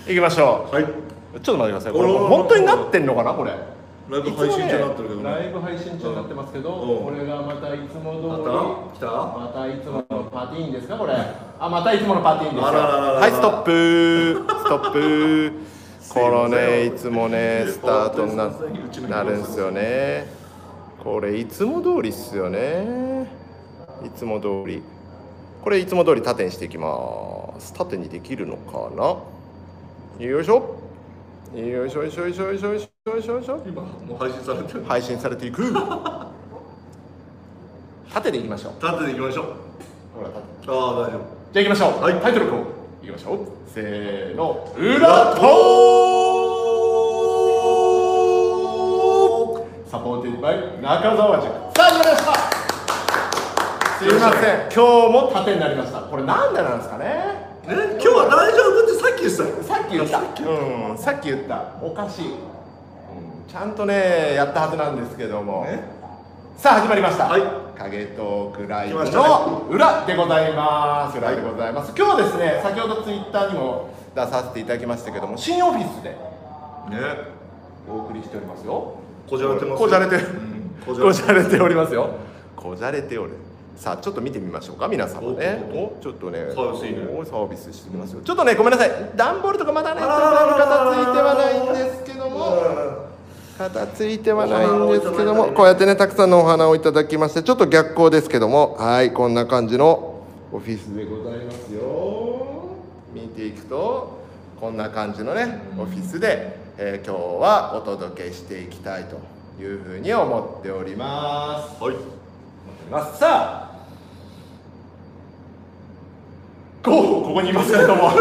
行きましょう。 はい。 ちょっと待ってください。これ本当になってんのかなこれ。 ライブ配信中になってるけどね。 ライブ配信中になってますけど、これがまたいつも通り。 来た？ またいつものパティーンですかこれ。あ、またいつものパティーンですよ。 ははい、ストップストップ。このね、いつもね、スタートになるんですよね。これいつも通りっすよね。いつも通り。これいつも通り縦にしていきます。縦にできるのかな。よいしょ。よいしょよいしょよいしょよいしょよいしょよいしょよいしょ。 今もう配信されてる。 配信されていく。縦でいきましょう。 縦でいきましょう。 ほら、縦。 ああ、大丈夫。 じゃあ行きましょう。 はい、 タイトルコールいきましょう。せーの、裏トーク。サポーティッドバイ中澤塾。さあ始まりました。すいません、今日も縦になりました。これなんでなんですかね。 今日は大丈夫ってさっき言ってたよ。 さっき言った。さっき言った。おかしい。ちゃんとねやったはずなんですけども。さあ始まりました。はい。影トークライブの裏でございます。裏でございます。今日はですね、先ほどツイッターにも出させていただきましたけども、新オフィスでお送りしておりますよ。 こじゃれてます。 こじゃれてる。こじゃれておりますよ。こじゃれておる。さあちょっと見てみましょうか皆様ね。ちょっとねサービスしてみますよ。ちょっとねごめんなさい、段ボールとかまだね形ついてはないんですけども、形ついてはないんですけども、こうやってねたくさんのお花をいただきまして、ちょっと逆光ですけども、はい、こんな感じのオフィスでございますよ。見ていくとこんな感じのねオフィスで、今日はお届けしていきたいというふうに思っております。はい、さあここにいますけれども今日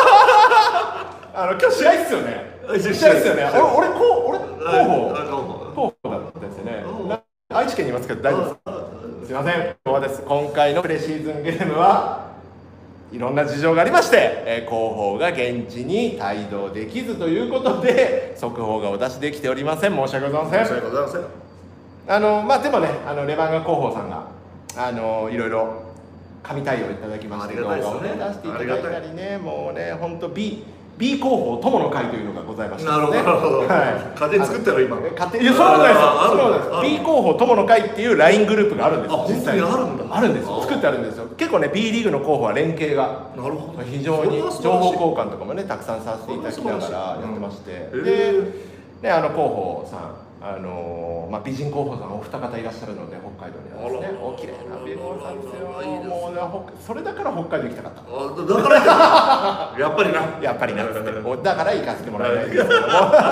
試合っすよね。試合っすよね。俺候補だったですよね。愛知県にいますけど大丈夫です。すいません。今回のプレシーズンゲームはいろんな事情がありまして、広報が現地に帯同できずということで速報がお出しできておりません。申し訳ございません。申し訳ございません。まあでもね、レバンガ広報さんがいろいろ神対応いただきまして、動画をね出していただいたりね、もうね本当 B 広報友の会というのがございましたね。なるほど。はい。家庭作ったら今。家庭、いやそうなんですよ。B 広報友の会っていう LINE グループがあるんですよ。実際にあるんだ。あるんですよ。作ってあるんですよ。結構ね B リーグの候補は連携が非常に情報交換とかもねたくさんさせていただきながらやってまして、で広報さん。美人候補さんお二方いらっしゃるので北海道にはですね、お綺麗な美容さんですよ。もうそれだから北海道行きたかった。だからやっぱりなっつってだから行かせてもらえないんですけども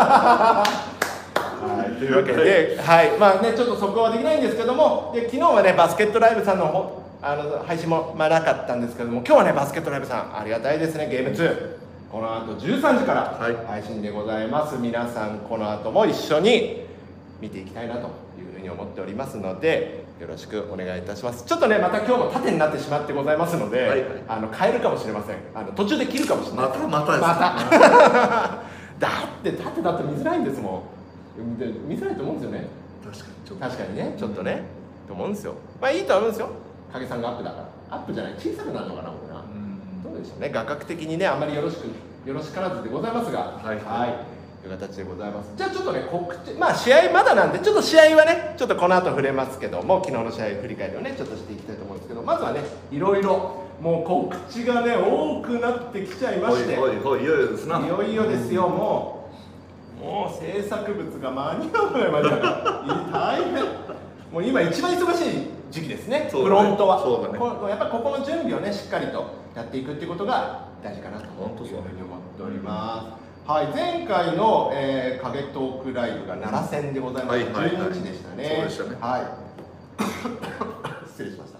はいというわけで、はいまあねちょっとそこはできないんですけども、で昨日はねバスケットライブさんの配信もなかったんですけども、今日はねバスケットライブさんありがたいですね。ゲーム2この後13時から配信でございます。皆さんこの後も一緒に見ていきたいなというふうに思っておりますので、よろしくお願いいたします。ちょっとねまた今日も縦になってしまってございますので、変えるかもしれません。途中で切るかもしれない。まただって縦だと見づらいんですもん。見づらいと思うんですよね。確かにねちょっとねと思うんですよ。まあいいと思うんですよ。影さんがアップだから、アップじゃない小さくなるのかなこれな。どうでしょうね。画角的にねあんまりよろしからずでございますが、はいという形でございます。じゃあちょっとね告知、まあ試合まだなんでちょっと試合はねちょっとこの後触れますけども、昨日の試合振り返りをねちょっとしていきたいと思うんですけど、まずはねいろいろもう告知がね多くなってきちゃいまして、いよいよですな。いよいよですよ。もう制作物が間に合うぐらいまで大変。もう今一番忙しい時期ですね。フロントはやっぱりここの準備をねしっかりとやっていくっていうことが大事かなというふうに思っております。はい、前回の、影トークライブが奈良戦でございました。12日でしたね。そうでしたね。はい。失礼しました。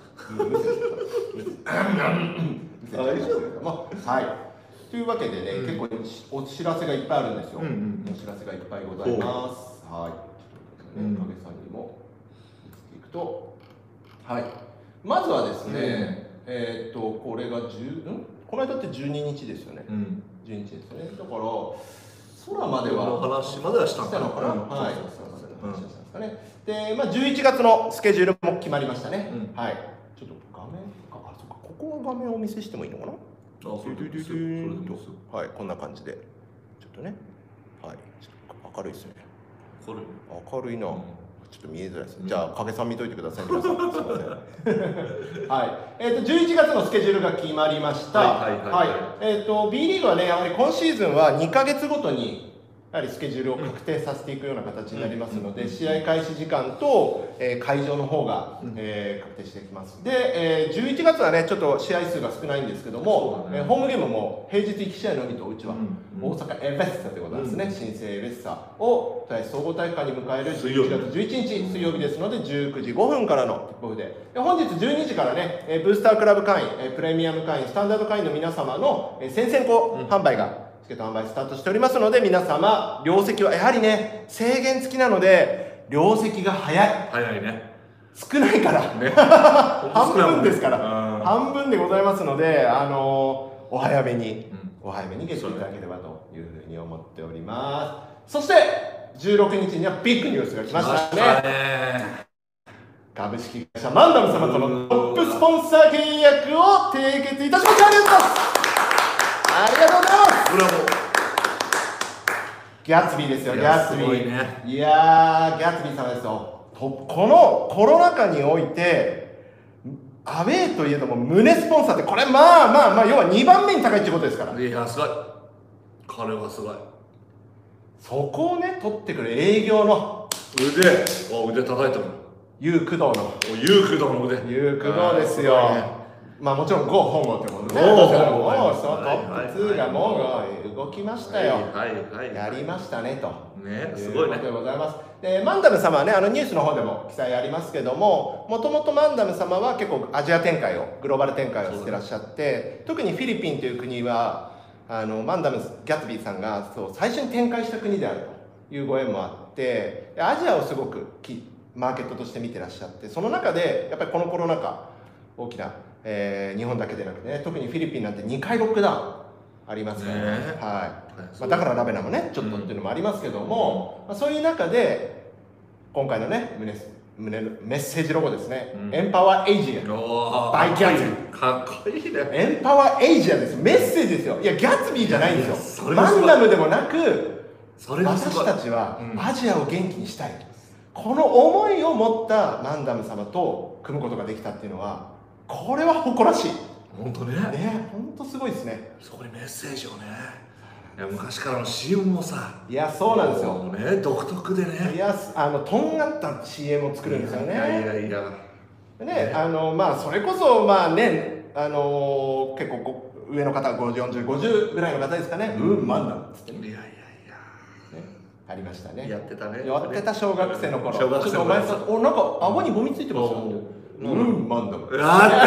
大丈夫。はい。というわけでね、結構お知らせがいっぱいあるんですよ。お知らせがいっぱいございます。はい。影さんにも見ていくと、はい。まずはですね、これがこの間って12日ですよね。12日ですね。だから空までは話まではしたのかな。はい。で、まあ11月のスケジュールも決まりましたね。はい。ちょっと画面そうかここは画面をお見せしてもいいのかな。はい、こんな感じでね、はい、ちょっと明るいですね。 これ明るいな。ちょっと見えづらいですね。じゃあ影さん見といてください皆さん。すいません。はい。11月のスケジュールが決まりました。はい。B リーグはね、やはり今シーズンは2ヶ月ごとにやはりスケジュールを確定させていくような形になりますので、試合開始時間と、会場の方が、確定してきます。で、11月はね、ちょっと試合数が少ないんですけども、ホームゲームも平日1試合のみと、うちは大阪エベッサでございますね、新生エベッサを総合大会に迎える11月11日水曜日ですので、19時5分からのキックオフで、本日12時からね、ブースタークラブ会員、プレミアム会員、スタンダード会員の皆様の先行販売が、チケット販売スタートしておりますので、皆様両席はやはりね制限付きなので両席が早いね、 少ないから、ね、半分ですから、半分でございますので、お早めにゲットいただければというふうに思っております。そして16日にはビッグニュースが来ましたね。株式会社マンダム様とのトップスポンサー契約を締結いたしました。ありがとうございます。 ブラボー。 ギャツビーですよ、ギャツビー。ね、いやー、ギャツビー様ですよ。このコロナ禍において、アウェーといえども胸スポンサーって、これ要は2番目に高いってことですから。 いや、すごい。彼はすごい。 そこをね、取ってくる営業の腕叩いてる。 ユークドーの。 ユークドーの腕。 ユークドーですよ。もちろんゴー本郷ってことね。トップ2がもう動きましたよ。やりましたねと。 すごいね。 でございます。でマンダム様はね、ニュースの方でも記載ありますけども、もともとマンダム様は結構アジア展開を、グローバル展開をしてらっしゃって、特にフィリピンという国はマンダムギャツビーさんが最初に展開した国であるというご縁もあって、アジアをすごくマーケットとして見てらっしゃって、その中でやっぱりこのコロナ禍大きな日本だけでなくてね、特にフィリピンなんて2回ロックダウンありますから、はいだからラベナもねちょっとっていうのもありますけども、そういう中で今回のねメッセージロゴですね、エンパワーエイジアバイギャツビー、 かっこいいね。 エンパワーエイジアです。メッセージですよ。いやギャツビーじゃないんですよ。マンダムでもなく、私たちはアジアを元気にしたい、この思いを持ったマンダム様と組むことができたっていうのは、これは誇らしい。 本当ね。 本当すごいですね。 そこにメッセージをね。昔からの CM もさ。 いや、そうなんですよ。 ね、独特でね。 いや、とんがった CM を作るんですよね。 いや。 ね、それこそね、結構上の方、50ぐらいの方ですかね。マンダムっつってね。いや。ありましたね。 やってたね。 やってた小学生の頃。ちょっとお前さん、なんか顎にゴミついてますよ。マンダム。 よう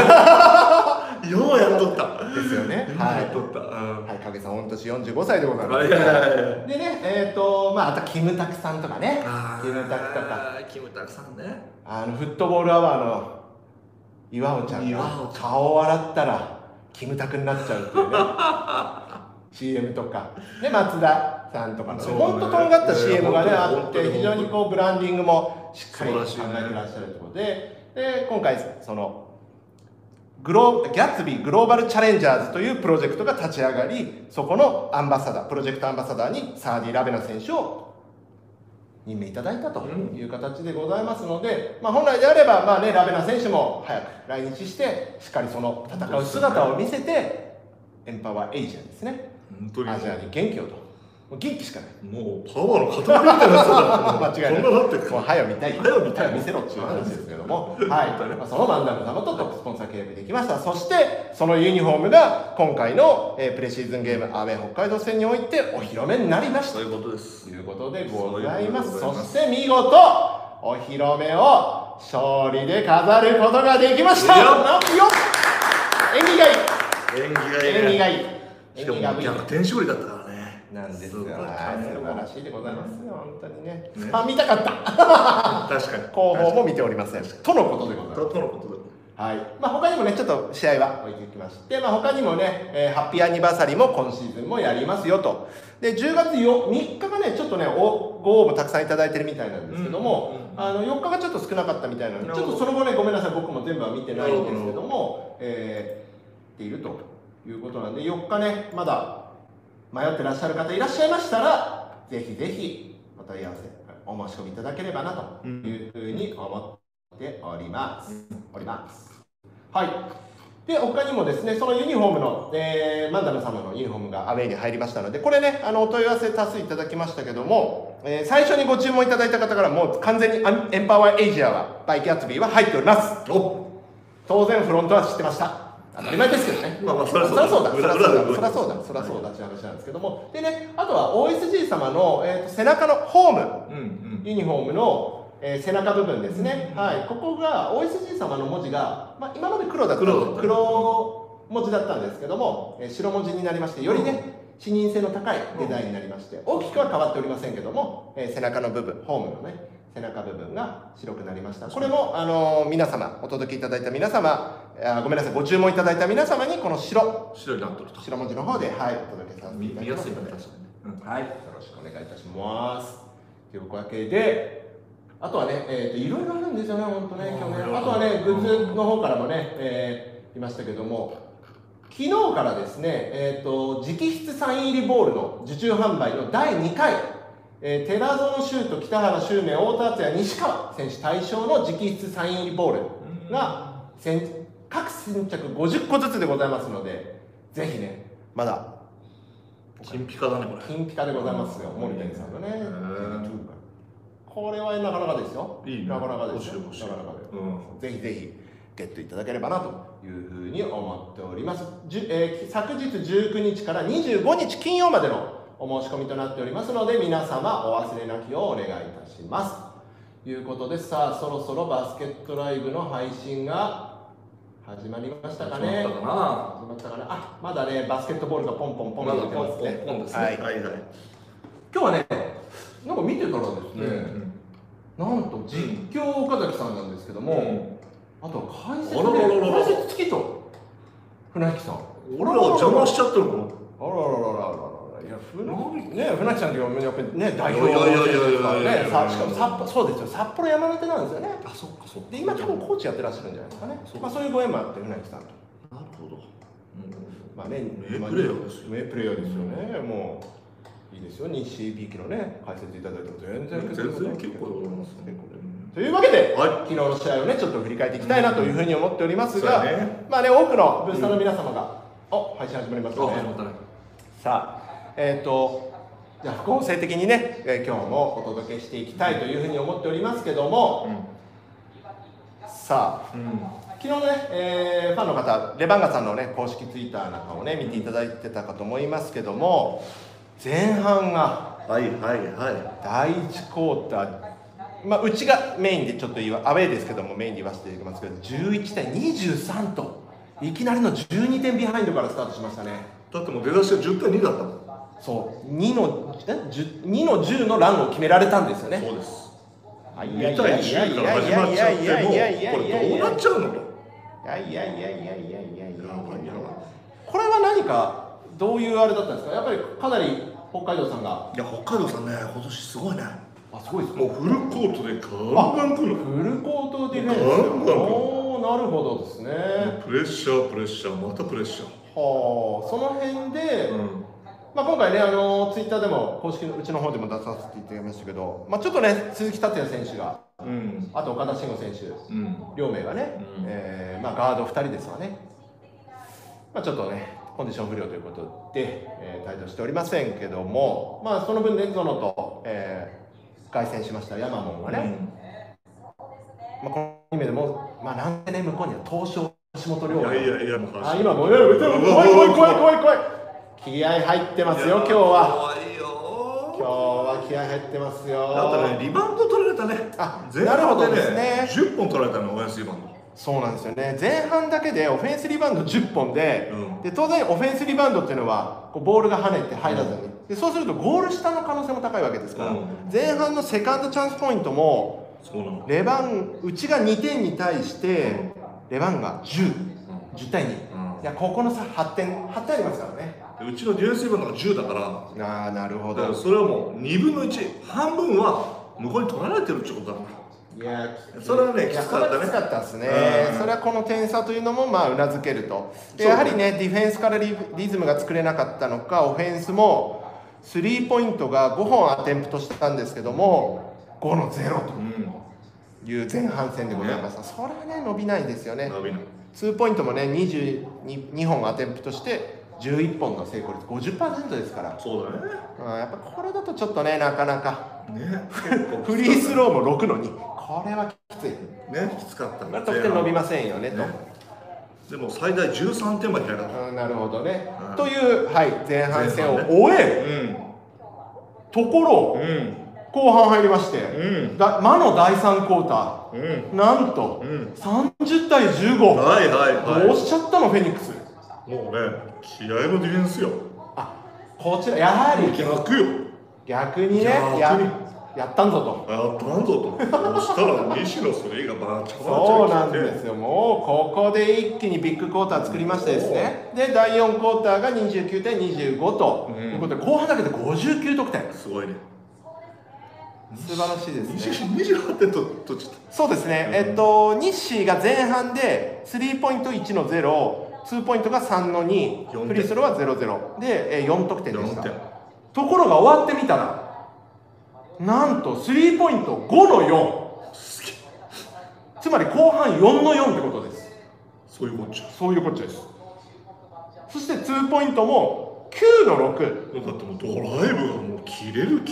やっとった。 ですよね。 やっとった。 はい、影さん、御年45歳でございます。でね、あとキムタクさんとかね。キムタクとか。 キムタクさんね。 フットボールアワーの岩尾ちゃんが顔を洗ったらキムタクになっちゃうっていうね。CM とか。で、松田さんとかの本当とんがった CM がね、あって、非常にこうブランディングもしっかり考えてらっしゃるところで、今回そのギャツビーグローバルチャレンジャーズというプロジェクトが立ち上がり、そこのアンバサダー、プロジェクトアンバサダーにサーディ・ラベナ選手を任命いただいたという形でございますので、本来であればラベナ選手も早く来日してしっかりその戦う姿を見せて、エンパワーエイジアですね、アジアに元気をと。元気しかない。 もうパワーの塊みたいなやつだ。 間違いない。もう早見たい。早見せろっていう話ですけども、そのマンダム様とトップスポンサー契約できました。そしてそのユニフォームが今回のプレシーズンゲームアウェー北海道戦においてお披露目になりました。 そういうことです。 ということでございます。そして見事お披露目を勝利で飾ることができました。よっ。縁起がいい。 縁起がいい。しかも逆転勝利だったから。 なんですよ。素晴らしいでございますよ。本当にね。見たかった。 確かに。 広報も見ておりません。とのことでございます。 とのことで。 はい。他にもね、ちょっと試合は置いていきまして、他にもね、ハッピーアニバーサリーも今シーズンもやりますよと。で、10月3日がね、ちょっとね、ご応募たくさんいただいてるみたいなんですけども、4日がちょっと少なかったみたいなので、ちょっとその後ね、ごめんなさい、僕も全部は見てないんですけども、いるということなんで、4日ね、まだ迷ってらっしゃる方いらっしゃいましたら、ぜひぜひお問い合わせ、お申し込みいただければなというふうに思っております。はい。で、他にもですね、そのユニフォームの、マンダム様のユニフォームがアウェイに入りましたので、これね、お問い合わせ多数いただきましたけども、最初にご注文いただいた方からもう完全にエンパワーエイジアは、バイキャッツビーは入っております。当然フロントは知ってました。当たり前ですけどね。まあそりゃそうだっていう話なんですけども。でね、あとは OSG 様の、背中のホーム、ユニフォームの背中部分ですね、はい、ここが OSG 様の文字が、今まで黒文字だったんですけども、白文字になりまして、よりね、視認性の高いデザインになりまして、大きくは変わっておりませんけども、背中の部分、ホームのね、背中部分が白くなりました。これも皆様、お届けいただいた皆様、ごめんなさい、ご注文いただいた皆様にこの白になってると、白文字の方で、はい、お届けさせていただきますので、はい、よろしくお願いいたします。というわけで、あとはね、いろいろあるんですよね、本当ね、今日ね。あとはね、グッズの方からもね、いましたけども、昨日からですね、直筆サイン入りボールの受注販売の第2回、寺園修斗、北原周明、太田敦也、西川選手対象の直筆サイン入りボールが各先着50個ずつでございますので、ぜひね、まだ金ピカだね、これ。 金ピカでございますよ、森田さんのね。これはなかなかですよ。なかなかですよ。ぜひぜひゲットいただければなというふうに思っております。昨日19日から25日金曜までのお申し込みとなっておりますので、皆様お忘れなきをお願いいたします。ということで、さあそろそろバスケットライブの配信が始まりましたかね。始まったかな。あ、まだね、バスケットボールがポンポンポンと出てますね。今日はね、なんか見てたらですね、なんと実況岡崎さんなんですけども、あとは解説付きと船木さん。 俺ら邪魔しちゃってるの？ いや、船木さんってやっぱりね、代表ですからね。しかもそうですよ、札幌山手なんですよね。 あ、そっかそっか。 で、今多分コーチやってらっしゃるんじゃないですかね。そういうご縁もあって、船木さんと。 なるほど。 まあね、 名プレイヤーですよ。 名プレイヤーですよね。もういいですよ、西びきのね、解説いただいても全然結構でございます。というわけで、昨日の試合をね、ちょっと振り返っていきたいなというふうに思っておりますが、まあね、多くのブースターの皆様が、配信始まりましたね。さあ、じゃあ副音声的にね、今日もお届けしていきたいというふうに思っておりますけども、さあ、昨日ね、ファンの方、レバンガさんのね、公式ツイッターなんかをね、見ていただいてたかと思いますけども、前半が、第1クォーター、うちがメインでちょっとアウェーですけども、メインで言わせていただきますけど、11対23と、いきなりの12点ビハインドからスタートしましたね。 だってもう出だしは10対2だったもん。 そう、2の10のランを決められたんですよね。 そうです。2対10から始まっちゃっても、これどうなっちゃうのと。 これは何か、どういうあれだったんですか。やっぱりかなり北海道さんが。 いや、北海道さんね、今年すごいね。 あ、すごいですか。 もうフルコートでガンガン来る。 フルコートディフェンス。おお、なるほどですね。 プレッシャー、またプレッシャー。 はあ、その辺で、今回ね、ツイッターでも公式のうちの方でも出させていただきましたけど、ちょっとね、鈴木達也選手が、あと岡田慎吾選手、両名がね、ガード2人ですわね。ちょっとね、コンディション不良ということで、帯同しておりませんけども、その分ね、ゾノと、凱旋しました山門はね、この2名でも、なんでね、向こうには東証橋本亮が。今もう、怖い。気合入ってますよ、今日は。今日は気合入ってますよ。 だったね、リバウンド取られたね。 なるほどですね。 10本取られたの、オフェンスリバウンド。 そうなんですよね。前半だけでオフェンスリバウンド10本で、当然オフェンスリバウンドっていうのはボールが跳ねて入らずに、でそうするとゴール下の可能性も高いわけですから、前半のセカンドチャンスポイントもうちが2点に対してレバンが10対2、いやここの差8点ありますからね。 うちのディフェンスリバウンドが10だから、なるほど。 それはもう2分の1、半分は向こうに取られてるってことだかいやそれはね、きつかったね。 きつかったですね、 うんそれはこの点差というのもまあうなずけると、でやはりね、ディフェンスからリズムが作れなかったのか、オフェンスもスリーポイントが5本アテンプトしたんですけども、5の0という前半戦でございました、それはね、伸びないですよね。 伸びない。 2ポイントもね、22本アテンプトして、11本の成功率 50% ですから、 そうだね。 やっぱこれだとちょっとね、なかなか。 ね。 フリースローも6の2、これはきつい。 ね、きつかった。 まあ、得点伸びませんよね、と。 でも最大13点まで開いた。 なるほどね。 うんという、はい、前半戦を前半終え、ところ、後半入りまして、魔の第3クォーター、なんと、30対15、 はいはいはい。 どうしちゃったの、フェニックス。 もうね、気合のディフェンスよ。 こちら、やはり逆よ。 逆にね、やったんぞと。 やったんぞと。そしたら西野それがバチャバチャそうなんですよ、もうここで一気にビッグクォーター作りましてですね、で第4クォーターが29対25ということで、後半だけで59得点、 すごいね。 素晴らしいですね。 28点とちょっと。 そうですね、日誌が前半でスリーポイント1の0、2ポイントが3の2、フリースローは0、0で4得点でした。ところが終わってみたら、なんとスリーポイント5の4、つまり後半4の4ってことです。 そういうこっちゃ。 そういうこっちゃです。そして2ポイントも9の6。 だってもうドライブがもう切れる。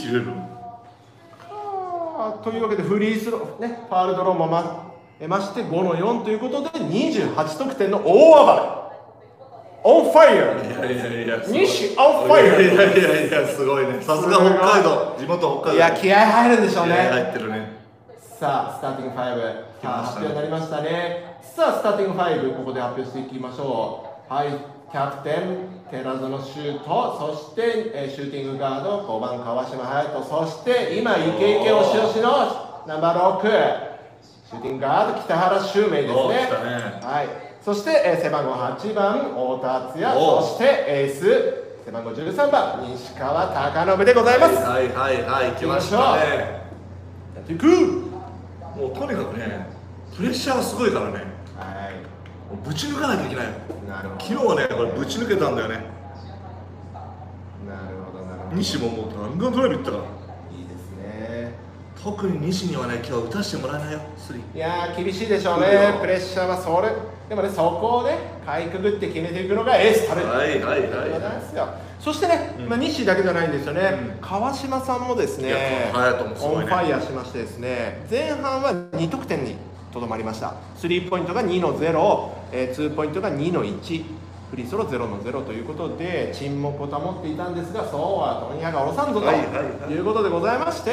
というわけでフリースロー、ね、ファウルドローも得まして5の4ということで28得点の大暴れ。オンファイヤー。 いや西オンファイヤー。 いやすごいね。さすが北海道。地元北海道。 いや気合入るんでしょうね。 入ってるね。 さあスターティング5、発表になりましたね。さあスターティング5、ここで発表していきましょう。はい、キャプテン寺園シュート、そして、シューティングガード5番川島隼人、そして今イケイケ押し押しのナンバー6、シューティングガード北原修明ですね。はい、そして、背番号8番太田敦也、そしてエース背番号13番西川貴信でございます。 はい来ましたね。 やっていく。 もうとにかくね、プレッシャーがすごいからね、 はい、 もうぶち抜かないといけない。 なるほど。 昨日はね、これぶち抜けたんだよね。 なるほど。 西ももうガンガンドライブいったから。 いいですね。 特に西にはね、今日打たせてもらえないよ、スリー。 いやー厳しいでしょうね、プレッシャーはそれ。でもね、そこをね、かいくぐって決めていくのがエースたる。 はいそしてね、西だけじゃないんですよね、川島さんもですね、オンファイヤーしましてですね、前半は2得点にとどまりました。スリーポイントが2の0、2ポイントが2の1、フリースロー0の0ということで沈黙を保っていたんですが、そうは問屋が下ろさんぞということでございまして、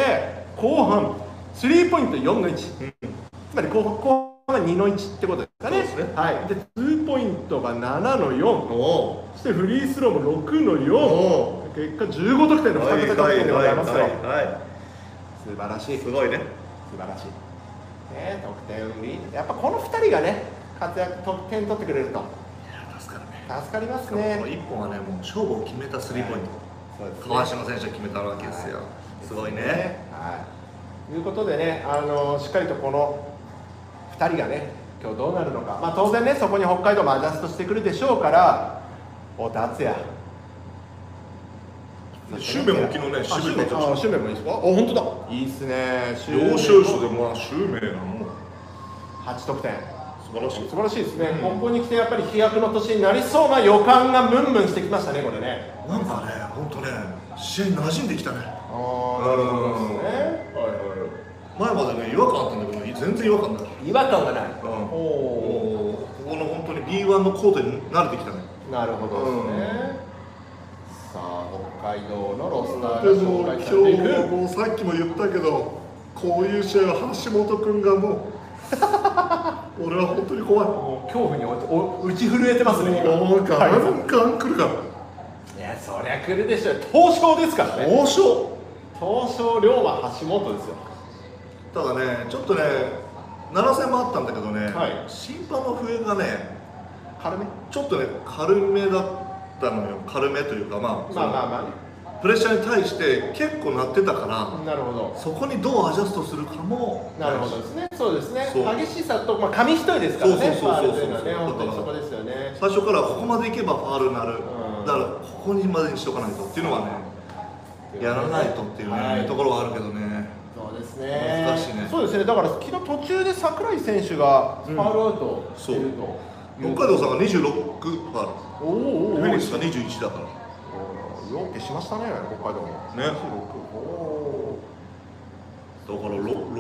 後半スリーポイント4の1、つまり後半は2の1ってことですかね。はい、で2ポイントが7の4、そしてフリースローも6の4、結果15得点の2桁得点でございますよ。素晴らしい。 すごいね。 素晴らしい。ね、得点やっぱこの2人がね、活躍、得点取ってくれると助かるね。 助かりますね。 この1本はね、もう勝負を決めたスリーポイント、 そうですね、 川島選手が決めたわけですよ。すごいね。 はい。ということでね、しっかりとこの2人がね、今日どうなるのか、まあ、当然ね、そこに北海道もアジャストしてくるでしょうから、太田敦也。 シュウメも昨日ね、 シュウメもいいですか？本当だ。いいっすね。 要所要所でまあシュウメがもう 8得点。 素晴らしい。 素晴らしいですね。ここに来てやっぱり飛躍の年になりそうな予感がムンムンしてきましたね、これね。 なんかね、本当ね、試合に馴染んできたね。 なるほどですね。 前までね、違和感あったんだけど、全然違和感ない。 違和感がない。 ここの本当に B1 のコートに慣れてきたね。 なるほどですね。さあ、北海道のロスターが紹介されていく。 今日もさっきも言ったけど、こういう試合は橋本君がもう俺は本当に怖い。 もう恐怖に打ち震えてますね。 ガンガン来るから。 いや、そりゃ来るでしょう。東証ですからね。 東証龍馬橋本ですよ。 ただね、ちょっとね、7戦もあったんだけどね、審判の笛がね、 軽め、 ちょっとね、軽めだったのよ。軽めというか、まあプレッシャーに対して結構なってたから、 なるほど。 そこにどうアジャストするかも。 なるほどですね。そうですね。 そう激しさと、まあ、紙一重ですからね。 そうそうそうそうファールというのはね、本当にそこですよね。 最初からここまでいけばファールになる、 うんだからここにまでにしとかないとっていうのはね、やらないとっていうね、 はいところはあるけどね。 そうですね。 難しいね。 そうですね。だから昨日途中で櫻井選手がファールアウトしてると。 北海道さんが26ファール、 おお。 フェニックスが21だから。 よくしましたね、北海道も。 ね。 26。おだから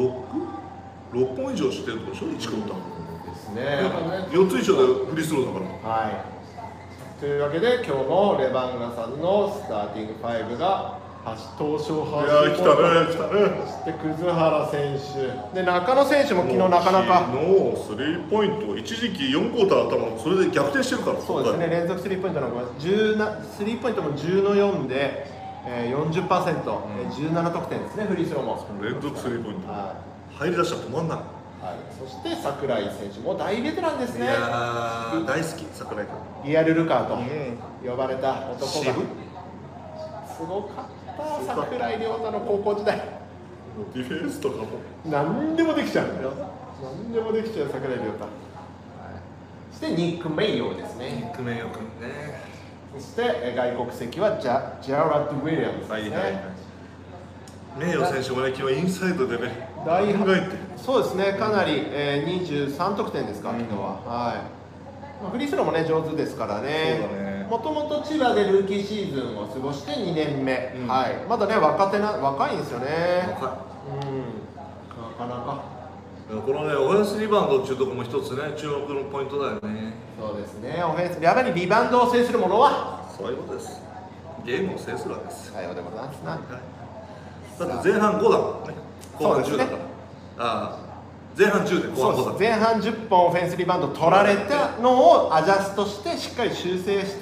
6本以上してるってことでしょ、1クォーター。 ですね。 4つ以上でフリースローだから。 はい。というわけで今日のレバンガさんのスターティング5が東証いやー、来たね、来たね。 そして葛原選手で中野選手も昨日なかなかのスリーポイント、一時期4クォーター頭それで逆転してるから。 そうですね、連続スリーポイントのスリーポイントも10の4で、40%、17得点ですね、フリースローも連続スリーポイント、 は入り出したら止まんない。 はい、そして櫻井選手も大ベテランですね。 いやー、大好き、櫻井君。 リアルルカーとうん呼ばれた男が、 渋いすごかった櫻井亮太の高校時代。 ディフェンスとかも何でもできちゃう。何でもできちゃう櫻井亮太。そしてニック・メイヨーですね。 ニック・メイヨー君ね。 そして外国籍はジャラッド・ウィリアムズですね。 メイヨー選手もね、昨日インサイドでね、 大考えて。 そうですね、かなり、23得点ですか、昨日は。はい。まあ、フリースローもね、上手ですからね。もともと千葉でルーキーシーズンを過ごして2年目。はい。まだね、若いんですよね。 若い。 なかなか。 このね、オフェンスリバウンドっていうところも一つね、注目のポイントだよね。 そうですね、オフェンス、やはりリバウンドを制するものはそういうことです。ゲームを制するわけです。 さようでございますな。 だって前半5だもんね。後半10だから。ああ、前半10で後半5だ。 前半10本オフェンスリバウンド取られたのをアジャストしてしっかり修正して、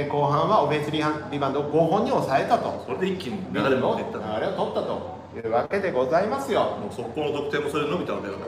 後半はオフェンスリバウンドを5本に抑えたと。 それで一気に流れ持っていった。 流れを取ったというわけでございますよ。 もう速攻の得点もそれで伸びたわけだから。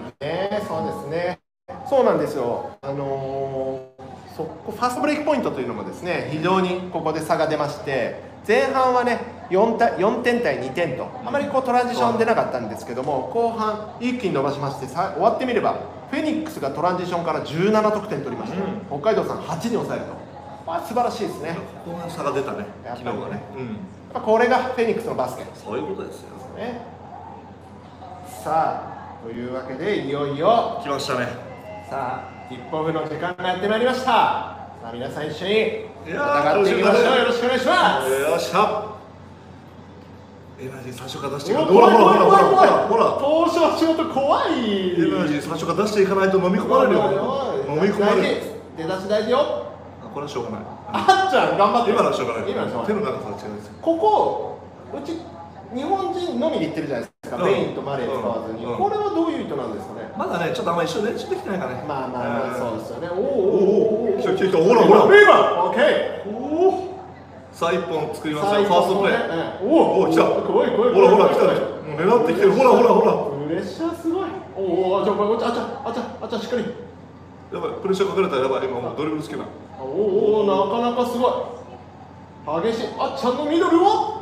そうですね。そうなんですよ。ファーストブレイクポイントというのもですね、非常にここで差が出まして、前半はね4点対2点とあまりこうトランジション出なかったんですけども、後半一気に伸ばしまして、終わってみればフェニックスがトランジションから17得点取りました、北海道さん8に抑えると、素晴らしいですね。 ここが差が出たね、昨日はね。 やっぱこれがフェニックスのバスケ。 そういうことですよね。さあ、というわけでいよいよ来ましたね。 さあ、ティップオフの時間がやってまいりました。さあ、皆さん一緒に戦やっていきましょう。よろしくお願いします。 よっしゃ。エナジー最初から出していかないと。 怖い怖い怖い怖いほら東証仕事怖い。 エナジー最初から出していかないと飲み込まれるよ。飲み込まれる。 出だし大事よ。 これはしょうがない。 あっちゃん頑張って。 今のはしょうがない。 今のはしょうがない。 手の長さは違うんですよ。 ここうち日本人のみで言ってるじゃないですか。メインとマレー使わずに。これはどういう意図なんですかね。 まだね、ちょっとあんまり一緒に練習できてないからね。 まあまあまあ、そうですよね。おお。 来た来た来た。ほらほら。 今オッケー。おお。 さあ1本作りますよ。ファーストプレー。 おお、 来た。 怖い怖い。 ほらほら来たね。狙ってきてる。ほらほらほら。 プレッシャーすごい。おお、じゃあしっかり。 やばい、プレッシャーかかれたらやばい。今もうドリブルつけない。 おお、なかなかすごい。激しい。あっちゃんのミドルを。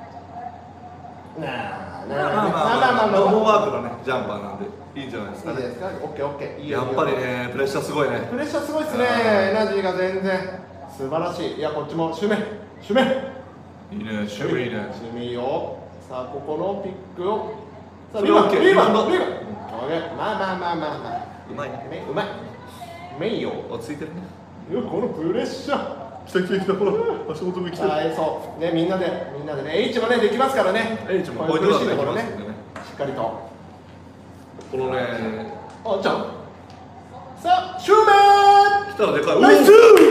まあノーマークのね、ジャンパーなんでいいんじゃないですかね。 いいですか。オッケーオッケー。 やっぱりね、プレッシャーすごいね。 プレッシャーすごいですね。エナジーが全然素晴らしい。いや、こっちもシュメ。 いいね、シュメいいね。 シュメよ。さあ、ここのピックを。さあ、 リバウンド。 まあ。 うまいね。 うまい。メイよ。 落ち着いてるね。 このプレッシャー。 来た来た来た、ほら、足元も来てる。 そうね、みんなでね、H もねできますからね。 H もポイントガードできますんでね。 しっかりと。 このね、 あ、じゃん。さあ、シューメー。 来たらでかい。 ナイス。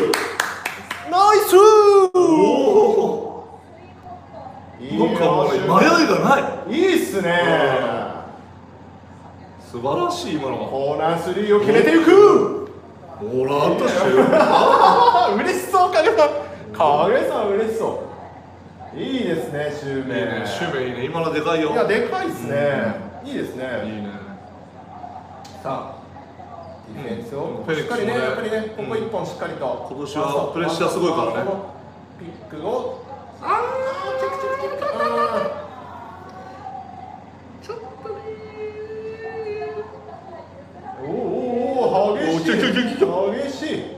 おお。 なんかもう迷いがない。 いいっすね。 素晴らしい今のは。 コーナー3を決めていく。 ほら、あんたしよ。 嬉しそう、影さん嬉しそう。いいですね、シューメイ。 いいね、シューメイいいね。今のでかいよ。 いや、でかいですね。いいですね。 いいね。 さあ、ディフェンスをしっかりね、やっぱりね、ここ一本しっかりと。 今年はプレッシャーすごいからね。 ピックを。チェック。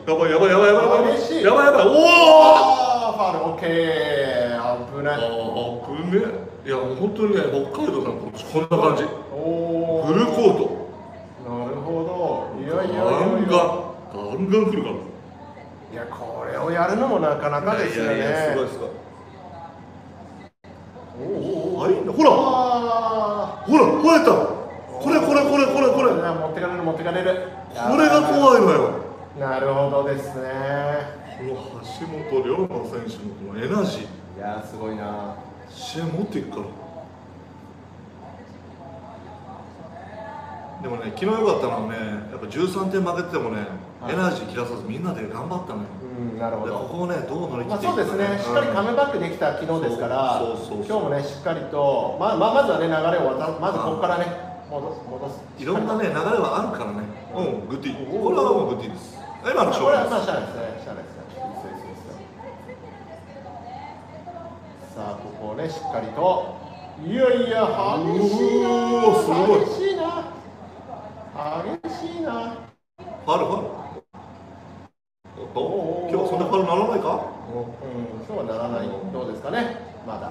やばいやばいやばいやばいやばい激しいやばいやばい。おお。 あーファウル、オッケー、危ない。 あぶね。いや本当にね、北海道なんかこんな感じ。 おーフルコート。 なるほど。いやいやいガやいや。 ンガン来るから。 いや、これをやるのもなかなかですよね。 いやいやすごいすごい。 おお、 入んだ。ほらあほらほらやった。これこれこれこれこれ。 ー持ってかれる持ってかれる。 これが怖いのよ。 なるほどですね。 この橋本龍馬選手のこのエナジー、 いやすごいな。 試合持っていくから。でもね、昨日良かったのはね、やっぱ13点負けててもね、 はいエナジー切らさずみんなで頑張ったのよ。 なるほど。 でここをね、どう乗り切まあっていくか、 そうですね、しっかりカムバックできた昨日ですから、 そう今日もね、しっかりと、まずはね、流れをまずここからね、戻す。 いろんなね、流れはあるからね。グッディ。これはもうグッディです。今の勝これは負です。 まあしゃあないですね、しゃあないですね。さあ、ここをね、しっかりと。いやいや、激しいな。 うおーすごい激しいな。激しいな。 ファウルファウル。おっと、今日そんなファウルならないか？ 今日はならない。どうですかね、まだ。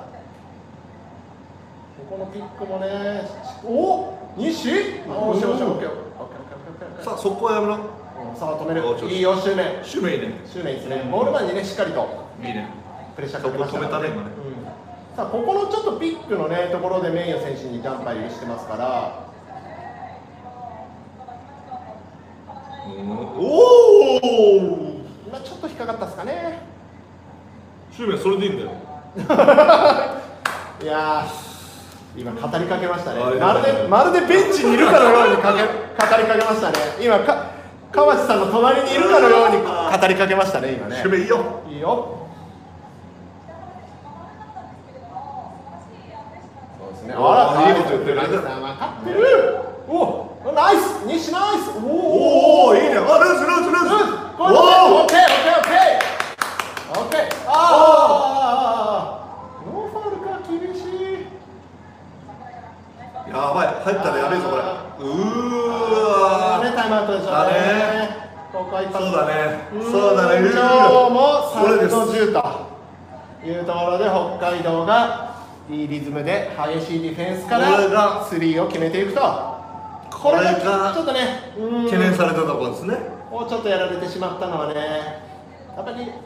ここのピックもね、西？おしよし、オッケー。 さあ、そこはやめろ。 さあ、止める。 おちょいいよ、シュウメイ。 シュメイね。 シュウメイですね。ボール前にね、しっかりといいね。 プレッシャーかけましたからそこ止めたね、今ね。 さあ、ここのちょっとピックのね、ところでメイヨ選手にジャンパー許してますから。 おお。 今ちょっと引っかかったですかね。 シュメイそれでいいんだよ。 いやー、今語りかけましたね。 あまるでベンチにいるかのように語りかけましたね。今川内さんの隣にいるかのように語りかけましたね。今ね。 シュメイいいよ。 いいよ。そうですね。 いいこと言ってる。 分かってる。お、ナイス、西ナイス。 おお、いいね。あ、ルーズルーズルーズ。 オッケーオッケーオッケーオッケー。ノーファウルか、厳しい。 やばい、入ったらやべえぞこれ。わね、タイムアウトでしょうだね。 ね。ここは一発。 そうだね。そうだね。 今日も3 これです。 の10というところで北海道がいいリズムで激しいディフェンスかこれらがスリーを決めていくと。 これがちょっとね、 懸念されたところですね。 もうちょっとやられてしまったのはね、やっぱり中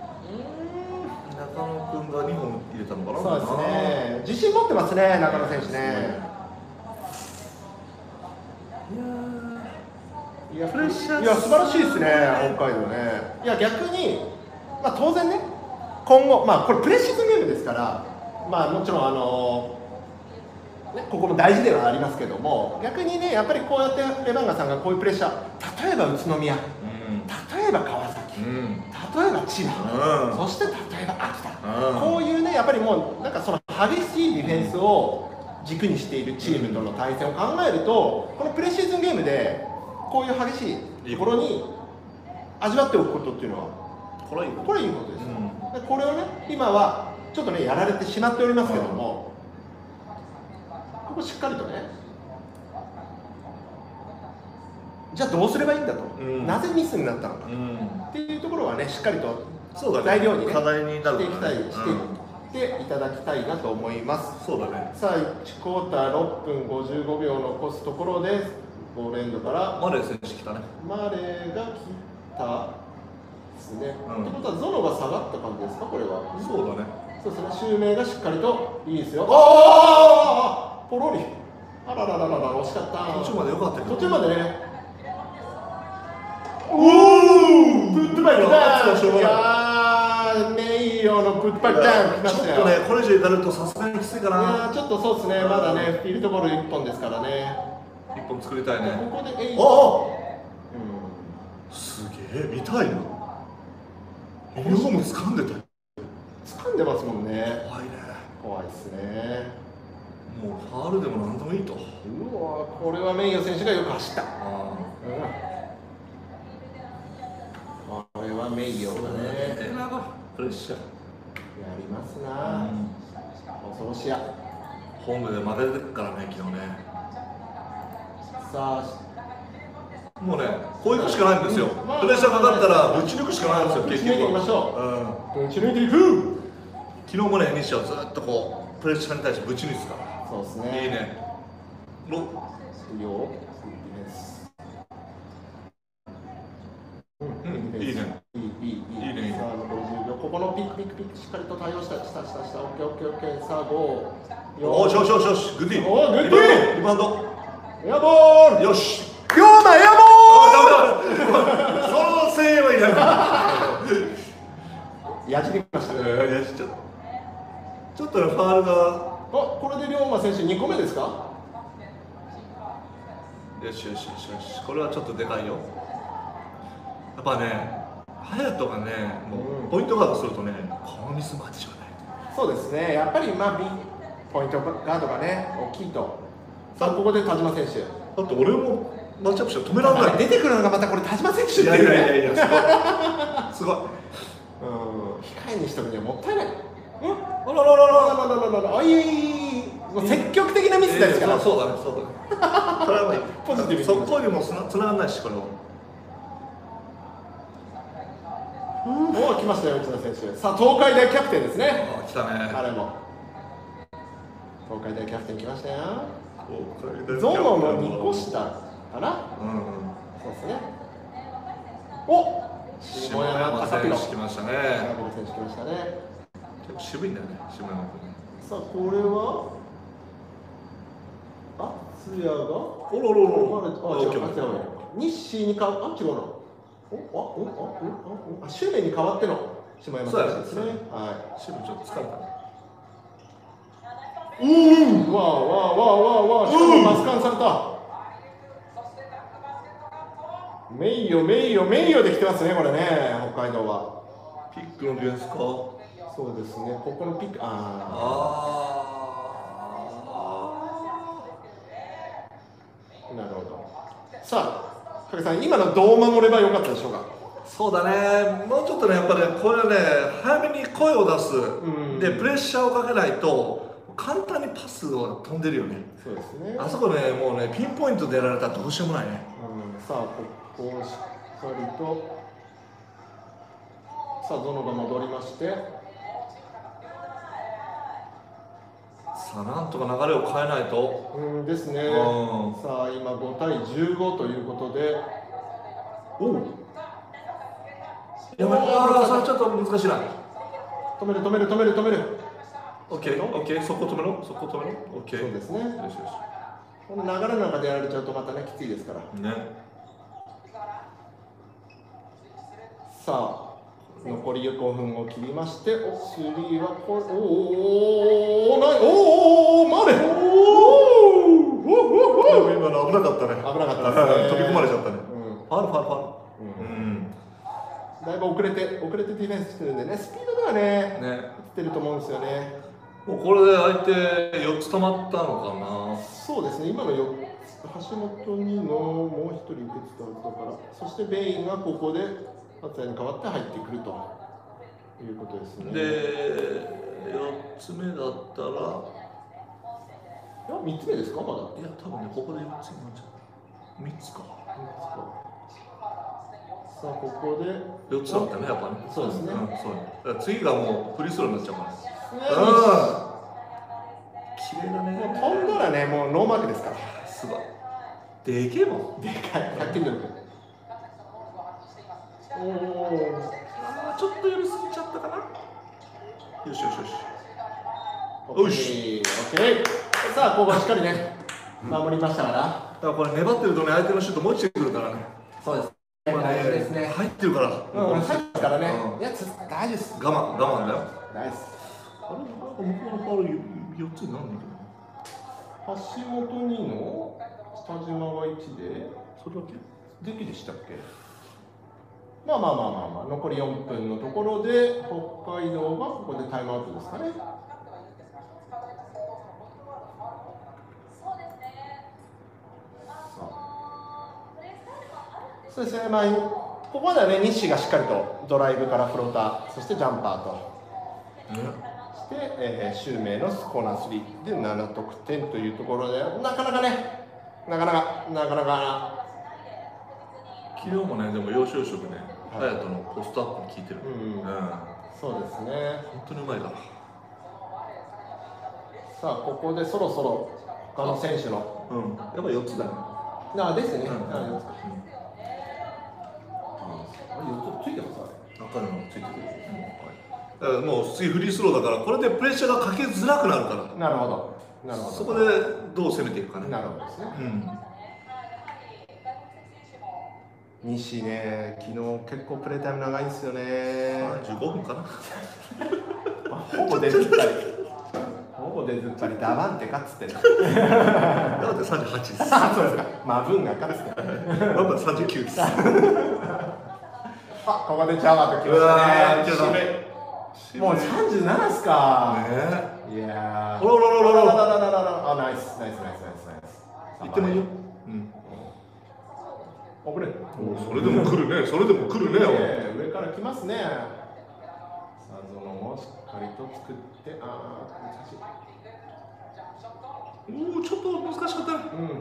野君が2本入れたのかな。 そうですね。自信持ってますね、中野選手ね。いやプレッシャー。 いや素晴らしいですね、北海道ね。いや逆に、まあ、当然ね、今後、まあ、これプレシーズンゲームですから、まあ、もちろんね、ここも大事ではありますけども、逆にね、やっぱりこうやってレバンガさんがこういうプレッシャー、例えば宇都宮、例えば川崎、例えば千葉、そして例えば秋田、こういうね、やっぱりもう、なんかその激しいディフェンスを軸にしているチームとの対戦を考えると、このプレシーズンゲームで、こういう激しいところに味わっておくことっていうのは、これいいことですよ。でこれをね、今はちょっとね、やられてしまっておりますけども、ここしっかりとね、じゃあどうすればいいんだと、なぜミスになったのかっていうところはね、しっかりと材料にね、 課題になるしていきたい、していっていただきたいなと思います。 そうだね。 さあ、1クォーター6分55秒残すところで、ゴールエンドからマレー選手来たね。 マレーが来たですね。ってことはゾノが下がった感じですか、これは。 そうだね。 そうですね、シュウメイがしっかりといいですよ。ああ、ポロリ。あららららら、惜しかった。 途中まで良かったけど。 途中までね。おお、プットバックダウン。いやー、名誉のプットバックダウン来ましたよ。 ちょっとね、これ以上いかれるとさすがにきついかな。 いやー、ちょっとそうですね、まだね、フィールドボール1本ですからね。 1本作りたいね。 ここでエイすげえ、見たいな。ユニフォーム掴んでたよ。 掴んでますもんね。 怖いね。 怖いですね。 もうファールでも何でもいいと。 うわ、これは名誉選手がよく走った。これは名誉がね。 プレッシャー。 やりますな。恐ろしや。 ホームで負けてるからね、昨日ね。 さあ、 もうね、こういうしかないんですよ。プレッシャーかかったらぶち抜くしかないんですよ、結局。 ぶち抜いていきましょう。ぶち抜いていく。 昨日もね、西はずっとこう、プレッシャーに対してぶち抜いてたから。 そうですね。 いいね。 いいよ。 いいね。 いいね。さあ、残り10秒。ここのピックしっかりと対応した。オッケー。さあ、5。 おー、よし、グッディ。 おー、グッディ。 リバウンド。 エアボール。 よし。 龍馬エアボール。 その声援はいらない。 やじりましたね。 ちょっとね、ファールが。 これで龍馬選手2個目ですか？ よし。これはちょっとでかいよ。やっぱね、隼人がね、もうポイントガードするとね、このミスマッチはね。 そうですね、やっぱりポイントガードがね、大きいと。さあ、ここで田島選手。 だって俺もマッチアップして止められない。 出てくるのがまたこれ田島選手っていうね。 いや、すごい。 控えにしとくにはもったいない。積極的なミスですから。 そうだね。それはポジティブに。 速攻にもつながらないし、これは。 もう来ましたよ、内田選手。さあ、東海大キャプテンですね。 来たね。 彼も。東海大キャプテン来ましたよ。 ゾノの2個下かな。そうですね。お、下山選手来ましたね。 選手来ましたね。 結構渋いんだよね、下山君。 さあ、これは津屋が日誌に変わ違うな。シュメに代わっての下山選手ですね。はい。 シュメちょっと疲れたね。 わあ、しかもマスカンされた。名誉できてますね、これね、北海道は。 ピックのディフェンスか。 そうですね、ここのピック、なるほど。さあ、影さん、今のどう守ればよかったでしょうか。 そうだね、もうちょっとね、やっぱりこれはね、早めに声を出す、で、プレッシャーをかけないと、簡単にパスを飛んでるよね。 そうですね。 あそこね、もうね、ピンポイントでやられたらどうしようもないね。 さあ、ここをしっかりと、さあ、ゾノが戻りまして、 さあ、なんとか流れを変えないと。 ですね。さあ、今5対15ということで、 やばい、それちょっと難しいな。 止める。 オッケー、そこ止めろ。オッケー。 そうですね。 よし。 この流れの中でやられちゃうとまたね、きついですから。 ね。 さあ、残り5分を切りまして、スリーはこれ、マレ今の危なかったね。 危なかったですね。 飛び込まれちゃったね。ファウル。 だいぶ遅れてディフェンスしてるんでね、スピードではね、ってると思うんですよね。 もうこれで相手4つ溜まったのかな。 そうですね、今の4つ、橋本にのもう1人受けてたはずだから、そしてベインがここで松谷に代わって入ってくるということですね。 で、4つ目だったら、 3つ目ですか、まだ。 いや、多分ね、ここで4つになっちゃう。3つか。 さあ、ここで 4つだったね、やっぱね。 そうですね。 次がもうフリースローになっちゃうから。綺麗だね。 もう飛んだらね、もうノーマークですから。 すごい。でけえもん。 でかい。100点力。 ちょっと寄りすぎちゃったかな。よし。 オッケー。さあ、ここはしっかりね、守りましたから。 だからこれ粘ってるとね、相手のシュートもう一度くるからね。 そうです。大事ですね。 入ってるから。 入ってるからね。いや、大丈夫です。 我慢だよ。 ナイス。 あれ、向こうのファウル4つになんだけど。 橋本にの北島が1で、 それだけできでしたっけ。まあ、残り4分のところで、北海道がここでタイムアウトですかね。そうですね、ここまではね、西がしっかりとドライブからフローター、そしてジャンパーと、して、シュウメイのコーナー3で7得点というところで、なかなか昨日もね、でも要所要所でね、隼人のポストアップに効いてる。 そうですね。 本当にうまいから。 さあ、ここでそろそろ他の選手の。 やっぱ4つだね。 ですね。4つ。4つついてます、 赤いのついてくる。だからもう次フリースローだから、これでプレッシャーがかけづらくなるから。 なるほど。 そこでどう攻めていくかね。 なるほどですね。西ね、昨日結構プレータイム長いんですよね。 15分かな。 ほぼ出ずっぱり。ほぼ出ずっぱり、ダバンテかっつってね。 ダバンテ38です。 そうですか。マブンがかっつって。 ダバンテ39です。 ここでジャワーときましたね。もう37っすか。ね。いやー。ナイス。 行ってもいいよ。 遅れ。 それでも来るね。上から来ますね。さあ、ゾノもしっかりと作って、難しい。 ちょっと難しかったね。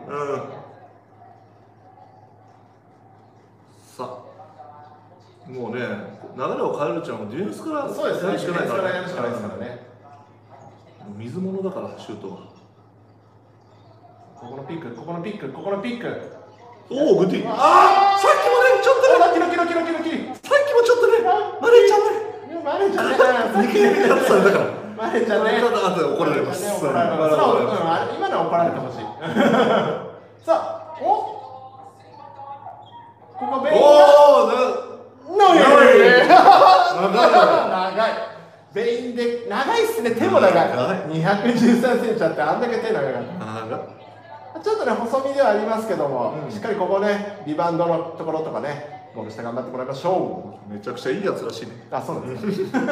さあ、もうね、流れを変えるちゃんもディフェンスからやるしかないからね。水物だからシュートは。 ここのピック。 おお、グッディ。さっきもね、ちょっとね。 キロ。 さっきもちょっとね。マレーちゃんね。逃げやつされたから。 マレーちゃんね。 怒られます。 今のは怒られてほしい。さあ、ここベイン。長い。ベインで長いっすね。手も長い。213センチあってあんだけ手長かった。ちょっとね、細身ではありますけども、しっかりここね、リバウンドのところとかね、ゴール下頑張ってもらいましょう。めちゃくちゃいいやつらしいね。 そうなんですね。 こ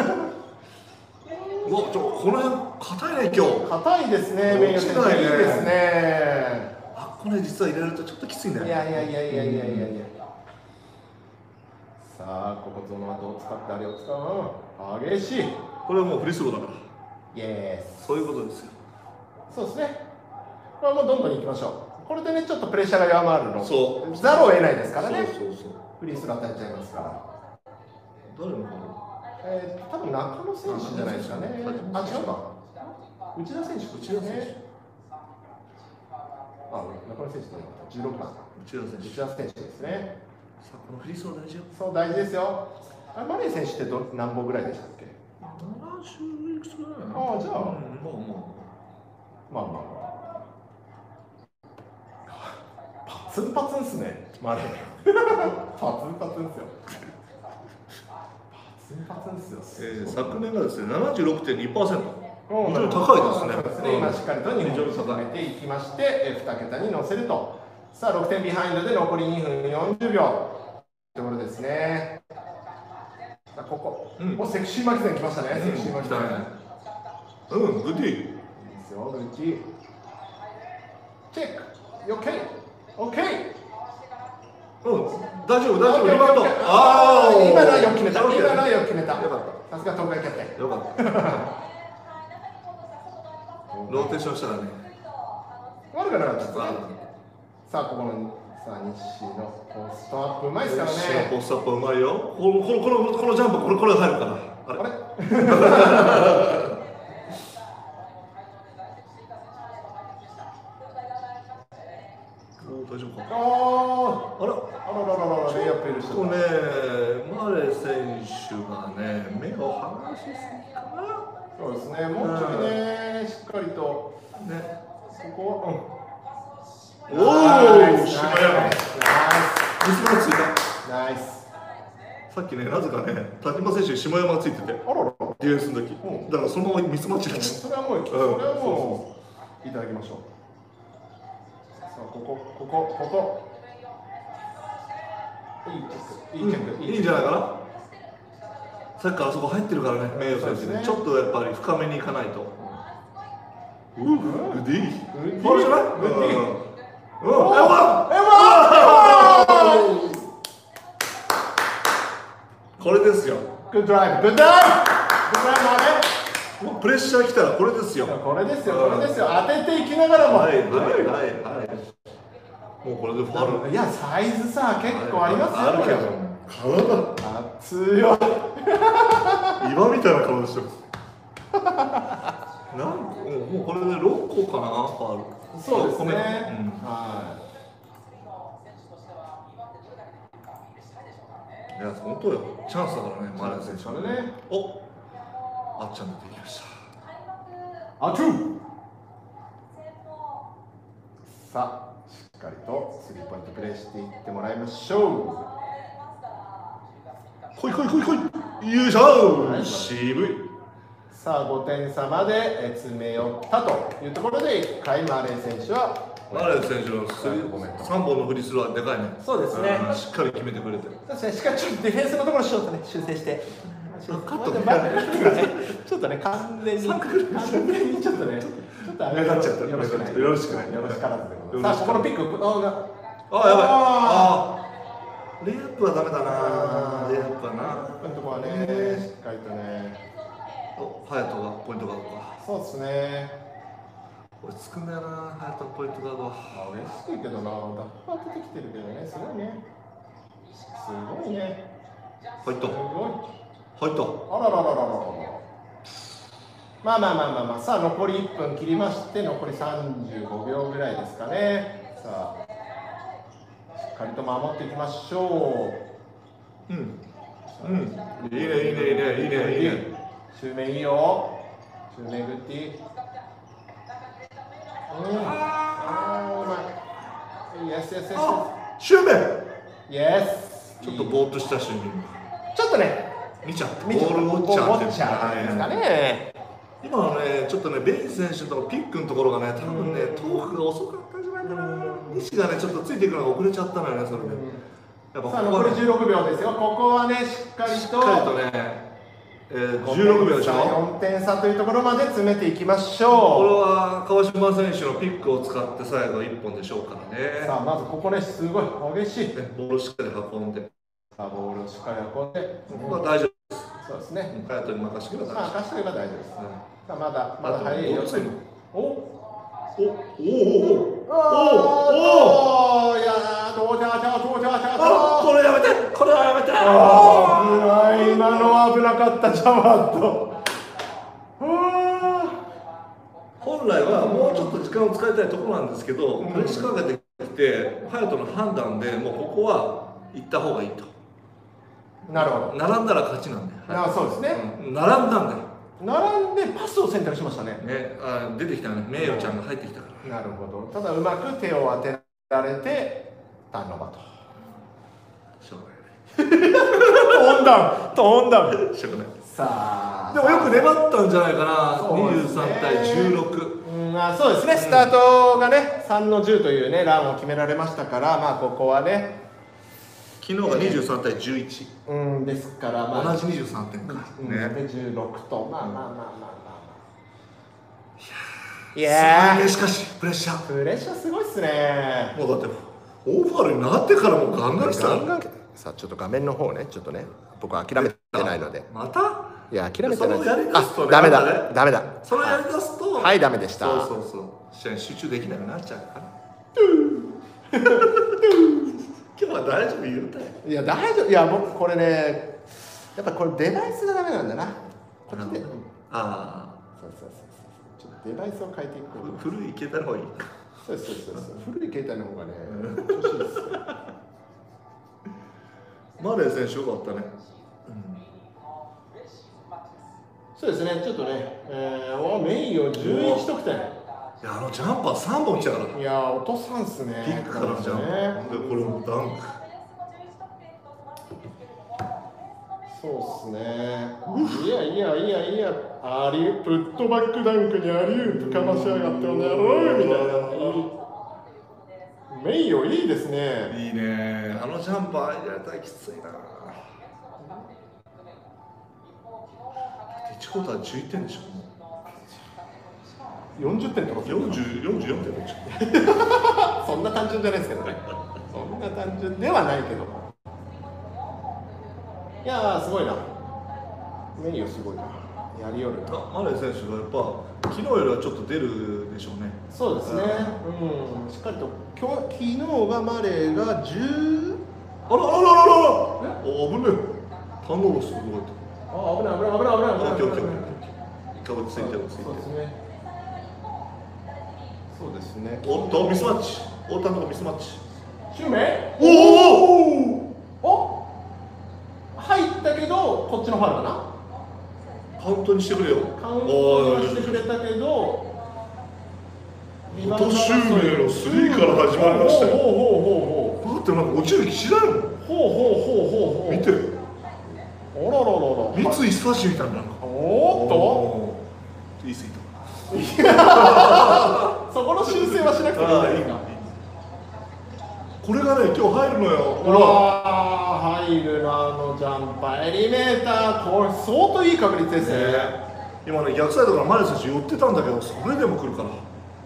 の辺、硬いね、今日。 硬いですね、メイン選手。いいですね。 これ実は入れるとちょっときついんだよね。 いや。さあ、ここゾノはどう使ってあれを使うの？激しい。 これはもうフリースローだから。 イエース。 そういうことですよ。 そうですね。これはもうどんどんいきましょう。これでね、ちょっとプレッシャーが弱まるの。ざるを得ないですからね。フリースロー与えちゃいますから。 誰のかな？ 多分中野選手じゃないですかね。違うか。内田選手。中野選手。中野選手と16番。内田選手ですね。 さあ、このフリースロー大事よ。 そう、大事ですよ。マレー選手って何本ぐらいでしたっけ ？70いくつぐらい？ じゃあ、まあ。パツンパツンっすね、マレー。パツンパツンっすよ。 昨年がですね、76.2%。非常に高いですね。 今しっかりと日本に定めていきまして、2桁に乗せると。さあ、6点ビハインドで残り2分40秒。ところですね。さあ、ここ。セクシーマキセン来ましたね。セクシーマキセン。 グッディ。 いいですよ、グッディ。チェック。オッケー。 大丈夫。 今のはよく決めた。さすが東海キャプテン。 よかった。ローテーションしたらね。 悪くなかったですね。さあ、ここの西のポストアップうまいですからね。 ポストアップうまいよ。このジャンプ、これ入るから。あれ大丈夫か。 レイアップ許してマレー選手がね、目を離しすぎかな。 そうですね、もうちょいね、しっかりと。 ね。 ここは。 おお、下山。ミスマッチついた。 ナイス。 さっきね、なぜかね、田島選手に下山がついてて。ディフェンスの時。だからそのままミスマッチになっちゃった。 それはもういただきましょう。さあ、ここ。いいチェック。 いいんじゃないかな。さっきからそこ入ってるからね、名誉選手ね。ちょっとやっぱり深めにいかないと。グッディ。フォールじゃない？これですよ。 グッドライブ。 プレッシャー来たらこれですよ。 これですよ。当てていきながらも。 もうこれでファウル。 いやサイズさ結構ありますよ。 あるけど体熱いよ。 岩みたいな顔してる。もうこれで6個かな、ファウル。 そうですね。 はい。いや本当よ、チャンスだからね、マレー選手はね。お、あっちゃん出てきました。 あちゅう。さあしっかりとスリーポイントプレーしていってもらいましょう。来い来い来い来い。よいしょ。渋い。さあ5点差まで詰め寄ったというところで1回マレー選手はマレー選手の3本のフリースローはでかいね。 そうですね。 しっかり決めてくれて。 確かにしっかりちょっとディフェンスのところショートね修正して。 カットね。 ちょっとね完全にちょっとねちょっと目立っちゃった。 よろしくない。 よろしくない。 よろしからずでございます。さあここのピックやばい。レイアップはダメだな。レイアップはな。 このとこはねしっかりとね。 ハヤトがポイントガードか。 そうですね。 落ち着くんだよな、ハヤトのポイントガードは。 嬉しいけどな、ダッパー出てきてるけどね、すごいね。すごいね。 入った。 すごい。 入った。 あらららららら。まあ、さあ残り1分切りまして、残り35秒ぐらいですかね。さあ、しっかりと守っていきましょう。いいね。 シューメいいよ。シューメグッティ。うまい。イエス。 シューメ。 イエス。 ちょっとぼーっとしたシューメ。 ちょっとね。 見ちゃった。ボールウォッチャーっていうんですかね。 今のね、ちょっとね、ベイ選手とかピックのところがね、多分ね、トークが遅かったんじゃないかな。西がね、ちょっとついていくのが遅れちゃったのよね、それで。 やっぱさあ残り16秒ですよ。ここはね、しっかりと。 しっかりとね。16秒でしょ。 4点差というところまで詰めていきましょう。 これは川島選手のピックを使って最後1本でしょうからね。 さあまずここね、すごい激しい。 ボールをしっかり運んで。 さあボールをしっかり運んで。 ここは大丈夫です。 そうですね。 ハヤトに任せてください。 任せてくれば大丈夫です。さあまだ早いよ。いやどうじゃこれやめて、これはやめて。 危ない、今のは危なかったジャマット。 本来はもうちょっと時間を使いたいところなんですけど、プレッシャーかけてきて、ハヤトの判断でもうここは行った方がいいと。 なるほど。 並んだら勝ちなんで。 そうですね。 並んだんだよ。 並んでパスを選択しましたね。 出てきたね、名誉ちゃんが入ってきたから。 なるほど。ただうまく手を当てられてターンオーバーと。 しょうがない。 飛んだ。 しょうがない。 さあ。 でもよく粘ったんじゃないかな。23対16。 そうですね。スタートがね、3の10というねランを決められましたから、まあここはね。 昨日が23対11。 ですからまあ同じ23点か。 ね。で16とまあ。 いやーしかしプレッシャーすごいっすね。 もうだってオファーになってからもガンガン来た。 さあちょっと画面の方ね、ちょっとね、僕は諦めてないので。 また？ いや諦めてない。 ダメだ。 それやりだすとはいダメでした。 そう試合に集中できなくなっちゃうから。今日は大丈夫言うたい。 いや大丈夫。いや僕これね、やっぱこれデバイスがダメなんだな。こっちで。そう。ちょっとデバイスを変えていく。 古い携帯の方がいい。そう。 古い携帯の方がね、調子いいです。 マレー選手よかったね。 そうですね。ちょっとね、メインを11得点。 いやジャンパー3本来たから。 いや落とさんすね。 ピックからのジャンパー。でこれもダンク。 そうっすね。いやプットバックダンクにアリウープかましやがっておねやろうみたいな。メイヨいいですね。 いいね。ジャンパー入れたらきついな。1クォーター11点でしょ。 40点取ろう。 44点取っちゃう。そんな単純じゃないですけどね。そんな単純ではないけど。いやすごいな。メイヨすごいな。やりよるな。 マレー選手がやっぱ昨日よりはちょっと出るでしょうね。 そうですね、うん、しっかりと昨日がマレーが10、 あらあらあらあら、お危ねえ、ターンオーバーするのかあ、危ない危ない危ない危ない危ないオッケーオッケーオッケー、一回落ち着いて落ち着いて。 そうですね。 おっとミスマッチ、太田のミスマッチ。 シュウメイ、 おお入ったけどこっちのファウルかな。 カウントにしてくれよ。 カウントにしてくれたけど、 太田シュウメイのスリーから始まりましたよ。 ほうほうほうほうほう。 だってなんか落ちる気しないもん。 ほうほうほうほうほう。 見て、 あららららら。 三井久志みたいな。 おっと。 言い過ぎた。 そこの修正はしなくてもいいんですか。 これがね、今日入るのよ。ほら。 ああ、入るな、あのジャンパー、エレメーター、これ相当いい確率ですね。 今ね、逆サイドからマレ選手寄ってたんだけど、それでも来るから。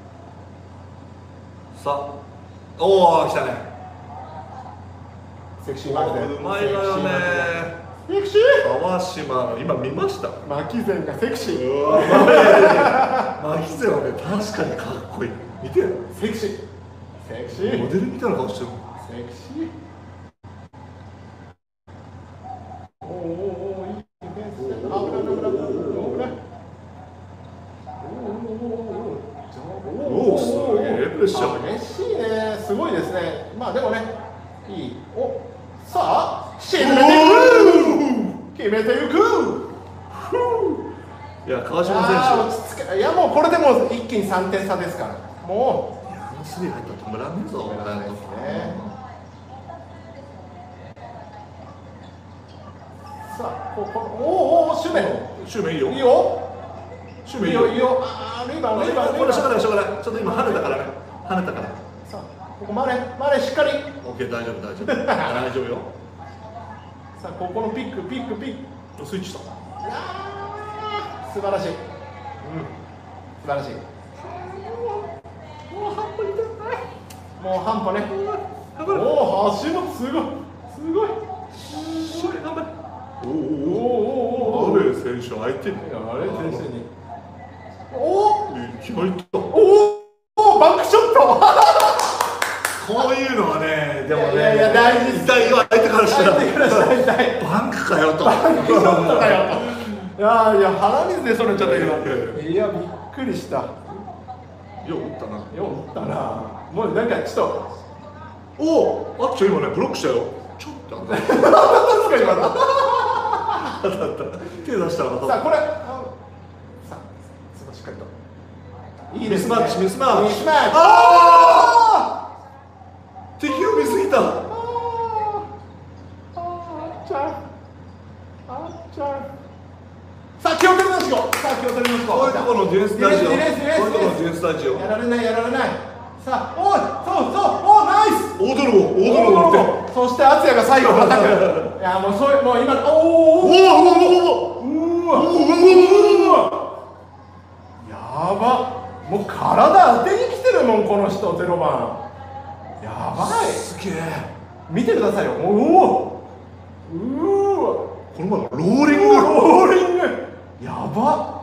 さあ、おお、来たね。 セクシーマークで。 うまいのよね。 セクシー。 川島の今見ました。 巻き前がセクシー。 うわ、巻き勢はね、確かにかっこいい。見て。 セクシー。セクシー。 モデルみたいな顔してる。 セクシー。おおおお、いいディフェンス。危ない危ない危ない。 おお、すげえプレッシャー。 嬉しいね、すごいですね。まあでもね、いい。お、さあ、決めていく。決めていく。 いや、川島選落ち着け。いや、もうこれでも一気に3点差ですから。も手。いや、あのスリー入ったら止めらんねえぞ。 止めらんないですね。さあ、おおお、シュメイ。 シュウメイいいよ。 いいよ。 シュウメイいいよ。 いいよいいよ。ああ、レイバンレイバンレイバン。 これしょうがないしょうがない。ちょっと今跳ねたからね。跳ねたから。 さあ、ここマレしっかり。 オッケー、大丈夫大丈夫。大丈夫よ。 さあ、ここのピックピックピック。 スイッチした。 いやー、素晴らしい。うん、素晴らしい。もう半端にもう半端ね。おお、橋本すごいすごい。 おお、アレ選手相手に。 あれ選手に。おお、 いきなりいった。 おお、バックショット。 こういうのはね、でもね、 いやいや大事です。 痛いよ、相手からしたら。 相手からしたら痛い。 バンクかよと。 バックショットかよと。いやいや、鼻水でそれちゃった今。いや、びっくりした。 よう打ったな。 よう打ったな。もうなんかちょっと。 おお、あっちゃん今ね、ブロックしたよ。ちょっと当たった。 確かにまだ。 当たった。手出したら当たった。 さあこれ、さあすごいしっかりと。いいですね。 ミスマッチミスマッチ。 ミスマッチ。 ああ。敵を見すぎた。 あっちゃん。あっちゃん。さあ気を取りましょう。さあ気を取りましょう。 こういうところのディフェンス大事よ。こうディフェンスいうところのディフェンス大事よ。 やられないやられない。さあ、おい、そうそう、おナイス。 大泥棒、大泥棒って。 そして敦也が最後のアタック。いやもうそういうもう今おおおおうわやば。もう体当てに来てるもんこの人0番。やばい。 すげえ。 見てくださいよ。もううわ。 この前のローリング。 ローリング。やば。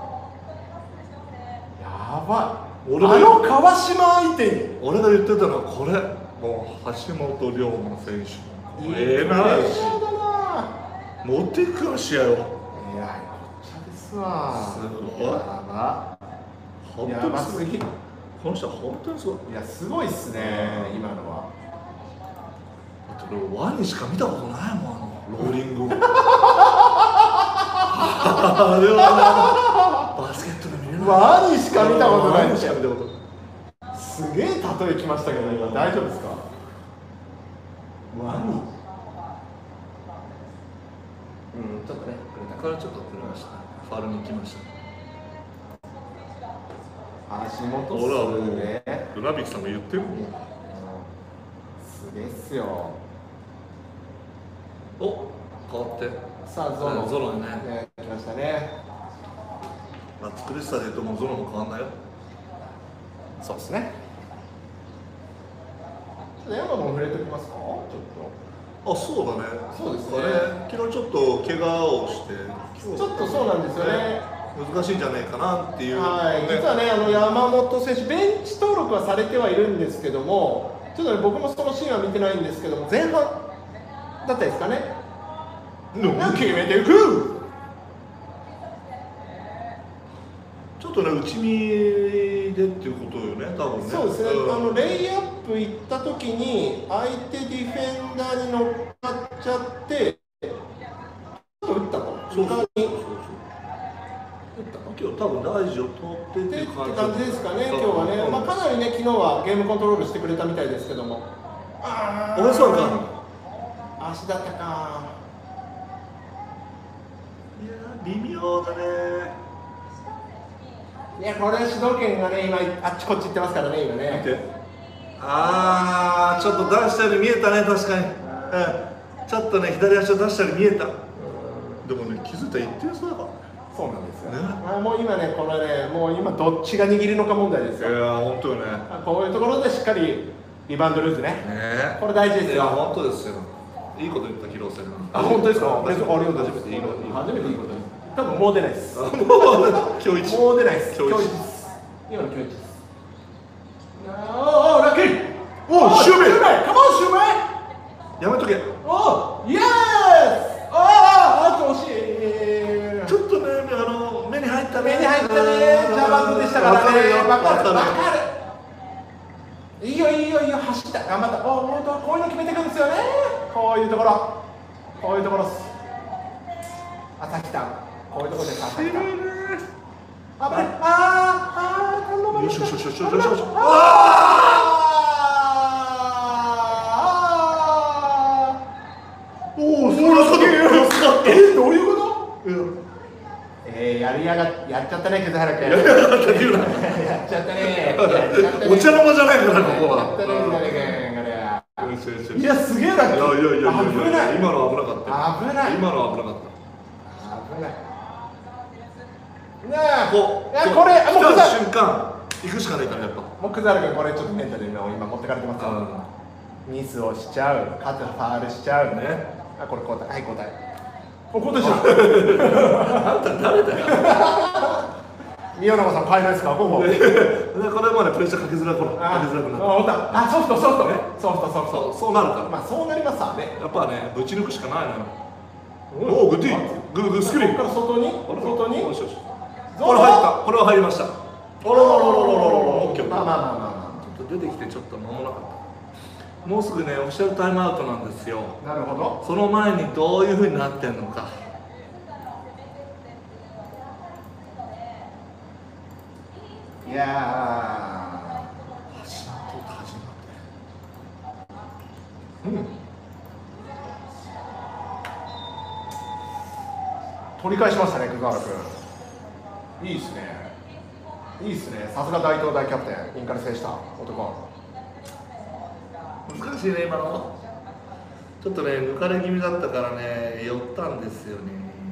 やばい。あの川島相手に。 俺が言ってたのはこれ。もう橋本龍馬選手。ええな。持っていくよ試合を。 いや、こっちゃですわ。 すごい。 やば。 本当にすごい。 すぎ。 この人は本当にすごい。 いや、すごいっすね、今のは。 だって俺ワニしか見たことないもん、あのローリングを。あれはバスケットで見れない。 ワニしか見たことない。 ワニしか見たことない。 すげえ例えきましたけど、今大丈夫ですか。ワニ。うん、ちょっとね、 これちょっと遅れました。ファウルに行きました。 橋本ほらもう、 すね。 ルナビキさんも言ってるもん。 すげえっすよ。 お、変わって。 さあ、ゾロ。 ゾロね。 来ましたね。 暑苦しさで言うともうゾロも変わんないよ。 そうですね。山も触れておきますか。ちょっと。 あ、そうだね。 そうですね。 昨日ちょっと怪我をして。 ちょっとそうなんですよね。 難しいんじゃないかなっていう、 はい、実はね、山本選手、ベンチ登録はされてはいるんですけども、ちょっとね、僕もそのシーンは見てないんですけども、前半だったですかね、決めていく。 ちょっとね、内身でっていうことよね、多分ね。 そうですね、レイアップ行った時に、相手ディフェンダーに乗っかっちゃって、ちょっと打ったと。 そうそうに今日多分大事を取ってっていう感じですかね、今日はね、まあ、かなりね、昨日はゲームコントロールしてくれたみたいですけども、 おへそか、 足だったか、 いや微妙だね。 いや、これ、主導権がね、今、あっちこっち行ってますからね、今ね。 ちょっと出したように見えたね、確かに、ちょっとね、左足を出したように見えた、でもね、気づいたら言ってるそうだから。 そうなんですよ、 ね、 もう今ね、これね、もう今、どっちが握るのか問題ですよ。 いや、本当よね。 こういうところでしっかりリバウンドルーズね、これ大事ですよ。 いや、本当ですよ。いいこと言った、広瀬が。 本当ですか。 初めていいこと。 初めていいことです。多分もう出ないです。 今日一。 もう出ないです。 今日一です。 今の今日一です。ラッキー。 おお、シューメイ。 カモンシューメイ。 やめとけ。 おイエス。あと惜しい。 ちょっとね、目に入ったね。 目に入ったね。ジャバンでしたからね。わかる。いいよいいよいいよ、走った、頑張った。こういうの決めていくんですよね。こういうところ。こういうところです。朝来た。こういうところで朝来た。あぶね。 よしよしよしよしよしよし。おお、それはどういうこと？ やっちゃったね、葛原君。やっちゃったね。 お茶の間じゃないから、ここは。 いや、すげえな。 いや、危ない。今の危なかった。 危ない。 今の危なかった。 危ない。ねえ、これ、 もう来た瞬間、行くしかないから、やっぱ。 もう葛原君、これちょっとメンタル今持ってかれてますよ。ミスをしちゃう、肩ファールしちゃうね。これ交代、はい、交代。交代した。 あんた誰だよ。 宮永さん、帰りですか、ここ。これまでプレッシャーかけづらくなった。 ソフト。 そうなるから。 まあ、そうなりますわね。 やっぱね、ぶち抜くしかないのよ。おお、グッディ。グッスクリーン。 から外に。 これ入った。これは入りました。まあ。ちょっと出てきてちょっと間もなかった。もうすぐね、オフィシャルタイムアウトなんですよ。 なるほど。 その前にどういうふうになってんのか。 いや始まって。 取り返しましたね、葛原君。いいっすね。さすが大東大キャプテン、インカレ制した男。 難しいね、今の。ちょっとね、抜かれ気味だったからね、寄ったんですよね。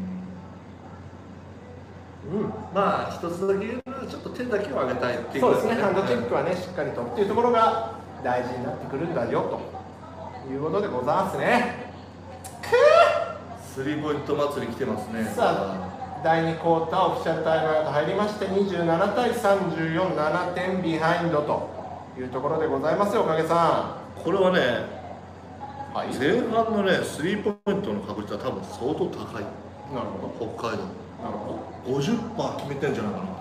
まあ、一つだけ言うのは、ちょっと手だけを上げたいっていう。 そうですね、ハンドチェックはね、しっかりとっていうところが大事になってくるんだよということでございますね。 スリーポイント祭り来てますね。 さあ、第2クォーターオフィシャルタイムアウト入りまして、27対34、7点ビハインドというところでございますよ、おかげさん。これはね、 はい、 前半のね、スリーポイントの確率は多分相当高い。 なるほど。 北海道。 なるほど。 50% 決めてんじゃないかな。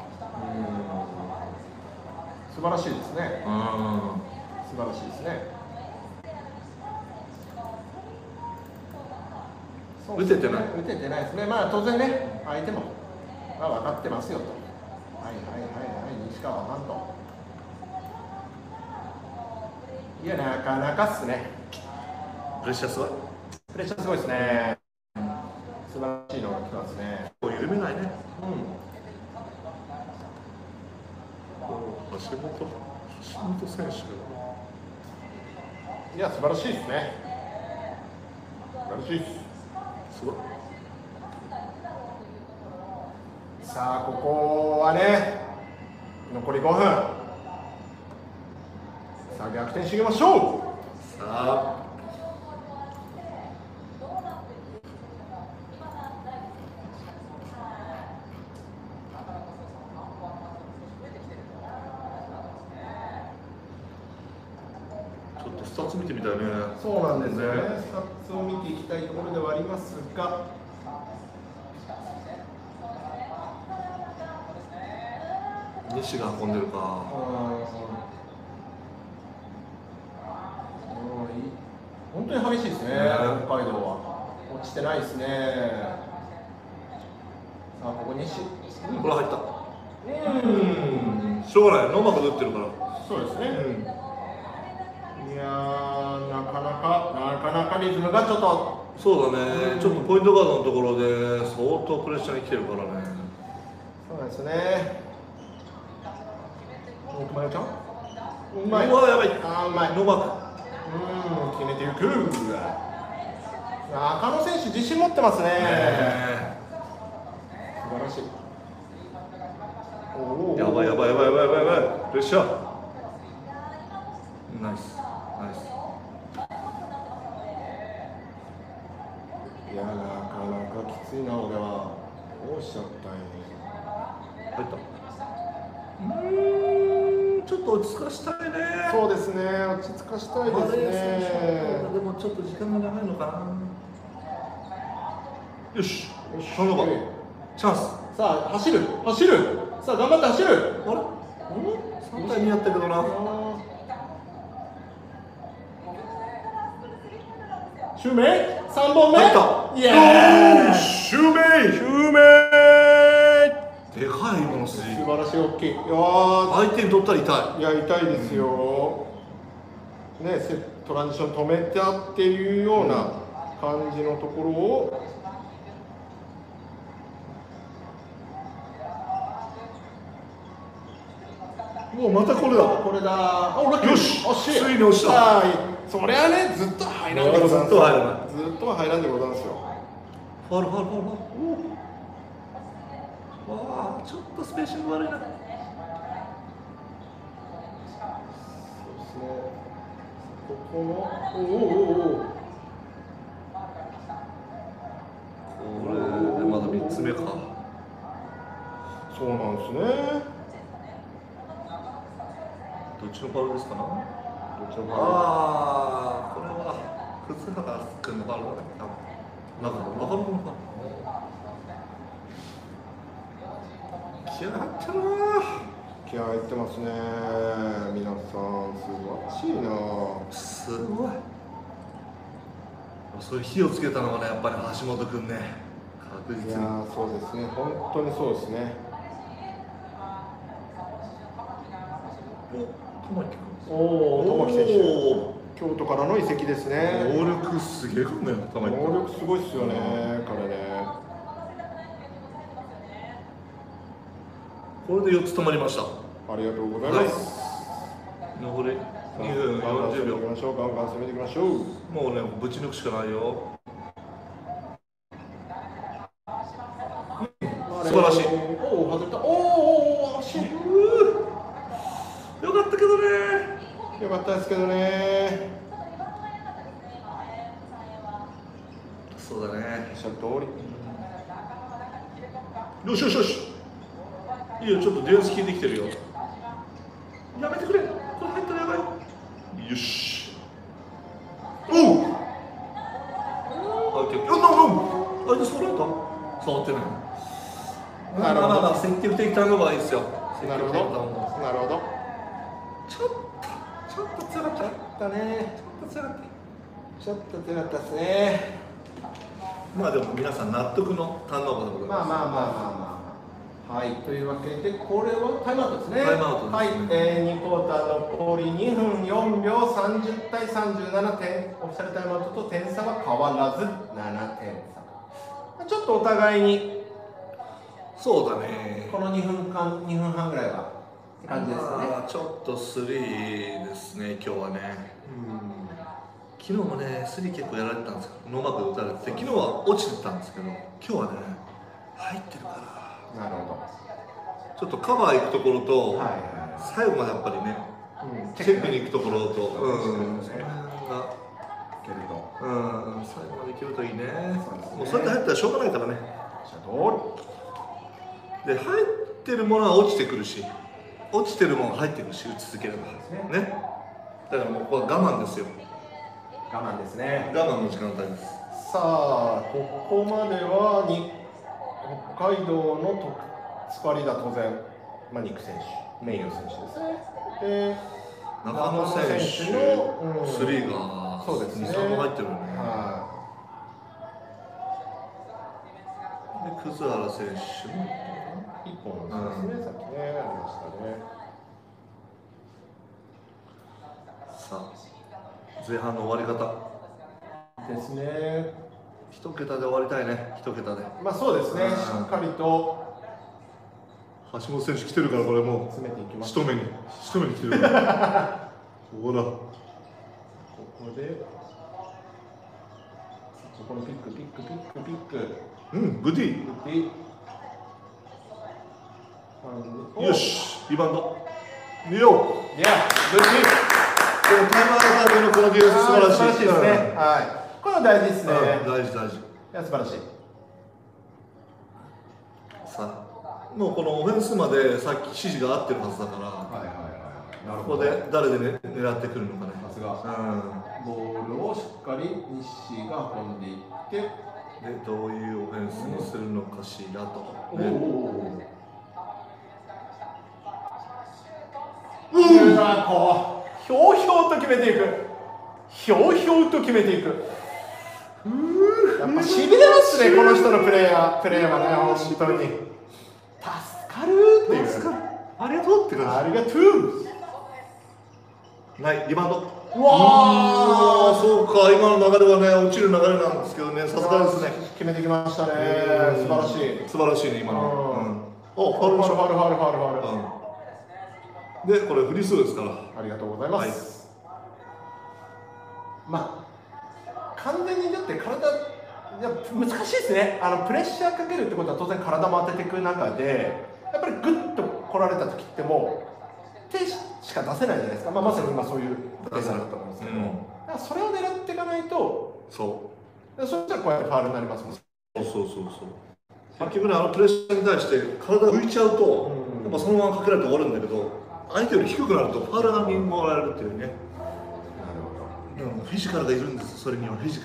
素晴らしいですね。素晴らしいですね。 打ててない。 打ててないですね。まあ当然ね、相手も分かってますよと。西川はなんと。いや、なかなかっすね。 プレッシャーすごい。 プレッシャーすごいですね。素晴らしいのが来てますね。 緩めないね。橋本選手。 いや、素晴らしいですね。素晴らしいです。 すごい。 さあ、ここはね、残り5分。さあ、逆転していきましょう。 さあ。 とスタッツ見てみたいね。 そうなんですよね。スタッツを見ていきたいところではありますが、 西が運んでるか。 本当に激しいですね、北海道は。落ちてないですね。さあ、ここ西。 これ入った。しょうがない、ノーマークで打ってるから。 そうですね。いやー、なかなかリズムがちょっと。 そうだね、ちょっとポイントガードのところで相当プレッシャーに来てるからね。 そうなんですね。うまいちゃん。うまい。 うわ、やばい。 あー、うまい。 ノーマーク。 決めていく。赤野選手自信持ってますね。素晴らしい。 やばいやばいやばいやばいやばいやばい。プレッシャー。ナイスナイス。 いや、なかなかきついな。俺はどうしちゃったんや。 入った。ちょっと落ち着かしたいね。 そうですね、落ち着かしたいですね。 でもちょっと時間が長いのかな。よし、頼むばチャンス。 さあ、走る。さあ、頑張って走る。 あれ3対2やったけどな。 シュウメイ3本目入った。 イエーイ。 シュウメイでかい今の筋。 素晴らしい、大きい。いや相手に取ったら痛い。 いや、痛いですよ。ね、トランジション止めたっていうような感じのところを。 もうまたこれだ。 これだ。 よし、 惜しい。 ついに押した。 そりゃね、ずっと入らんでございます。 ずっと入らない。 ずっと入らんでございますよ。 ファウル。わあ、ちょっとスペーシング悪いな。 そうですね。ここの、 これでまだ3つ目か。 そうなんですね。 どっちのファウルですかな。 どっちのファウル。 ああ、これは葛原君のファウルだね。なんか分かるのかな。気合入ってるな。 気合入ってますね。皆さん素晴らしいな。 すごい。そういう火をつけたのがね、やっぱり橋本君ね。確実に。 いやそうですね。本当にそうですね。玉木選手。京都からの移籍ですね。 能力すげえかもね。 能力すごいですよね、彼ね。 これで4つ止まりました。 ありがとうございます。 残り2分40秒。 ガンガン攻めていきましょう。 もうね、ぶち抜くしかないよ。素晴らしい。 おお、外れた。おお、惜しい。 よかったけどね。 よかったですけどね。 そうだね。 おっしゃる通り。 よしよしよし。いいよ、ちょっとディフェンス効いてきてるよ。やめてくれ。これ入ったらやばい。よし。おう。相手、相手触られた。触ってない。まあ積極的なのがいいですよ。 なるほど。なるほど。 ちょっと強かった。 ちょっと強かったですね。 まあでも皆さん納得のターンオーバーでございます。 まあ。はい、というわけで、これはタイムアウトですね。 タイムアウトですね。 はい、2クォーター残り2分4秒、30対37点、オフィシャルタイムアウトと点差は変わらず7点差。ちょっとお互いに、 そうだね。 この2分半ぐらいはって感じですかね。 ちょっとスリーですね、今日はね。昨日もね、スリー結構やられてたんですけど、ノーマークで打たれて、昨日は落ちてたんですけど、今日はね、入ってるから。 なるほど。 ちょっとカバー行くところと、最後までやっぱりね、チェックに行くところと、その辺が、最後までいけるといいね。もうそれで入ったらしょうがないからね。で、入ってるものは落ちてくるし、落ちてるものは入ってくるし、打ち続ければ。ね。 だからもうこれは我慢ですよ。 我慢ですね。 我慢の時間帯です。 さあ、ここまでは北海道のスパリダ当然、ニック選手、名誉選手ですね。で、 中野選手のスリーがそうですね。 2、3本入ってるよね。で、葛原選手も 1本ですね、さっきね、ありましたね。 さあ、前半の終わり方ですね。 一桁で終わりたいね、一桁で。 そうですね、しっかりと。 橋本選手来てるから、これもう詰めていきます。 一目に来てるから。ほら。ここで。ここのピック。 グッディ。よし、リバウンド。よ。 いや、グッディ。 タイムアウトためのこのディフェンス素晴らしい。 素晴らしいですね。はい。これは大事ですね。 大事。 いや、素晴らしい。 さあ、もうこのオフェンスまでさっき指示が合ってるはずだから、ここで誰で、ね、狙ってくるのかね。 さすが。ボールをしっかり西が運んでいって、でどういうオフェンスにするのかしらと。 ひょうひょうと決めていく。やっぱしびれますね、この人のプレーはね、本当に。助かるっていう。 ありがとうって感じ。 ありがとう。 ない、リバウンド。 うわそうか、今の流れはね、落ちる流れなんですけどね、さすがですね。 決めてきましたね。素晴らしいね、 今の。 ファウル。 で、これフリースローですから。 ありがとうございます。完全にだって難しいですね。プレッシャーかけるってことは当然体も当てていく中で、やっぱりグッと来られた時ってもう手しか出せないじゃないですか。まさに今そういうプレッシャーだと思うんですけど、だからそれを狙っていかないと、そしたらこうやってファウルになりますもん。 そう結局ね、プレッシャーに対して体が浮いちゃうと、やっぱそのままかけられて終わるんだけど、相手より低くなるとファウルにもらえるっていうね。フィジカルがいるんです。それにはフィジカル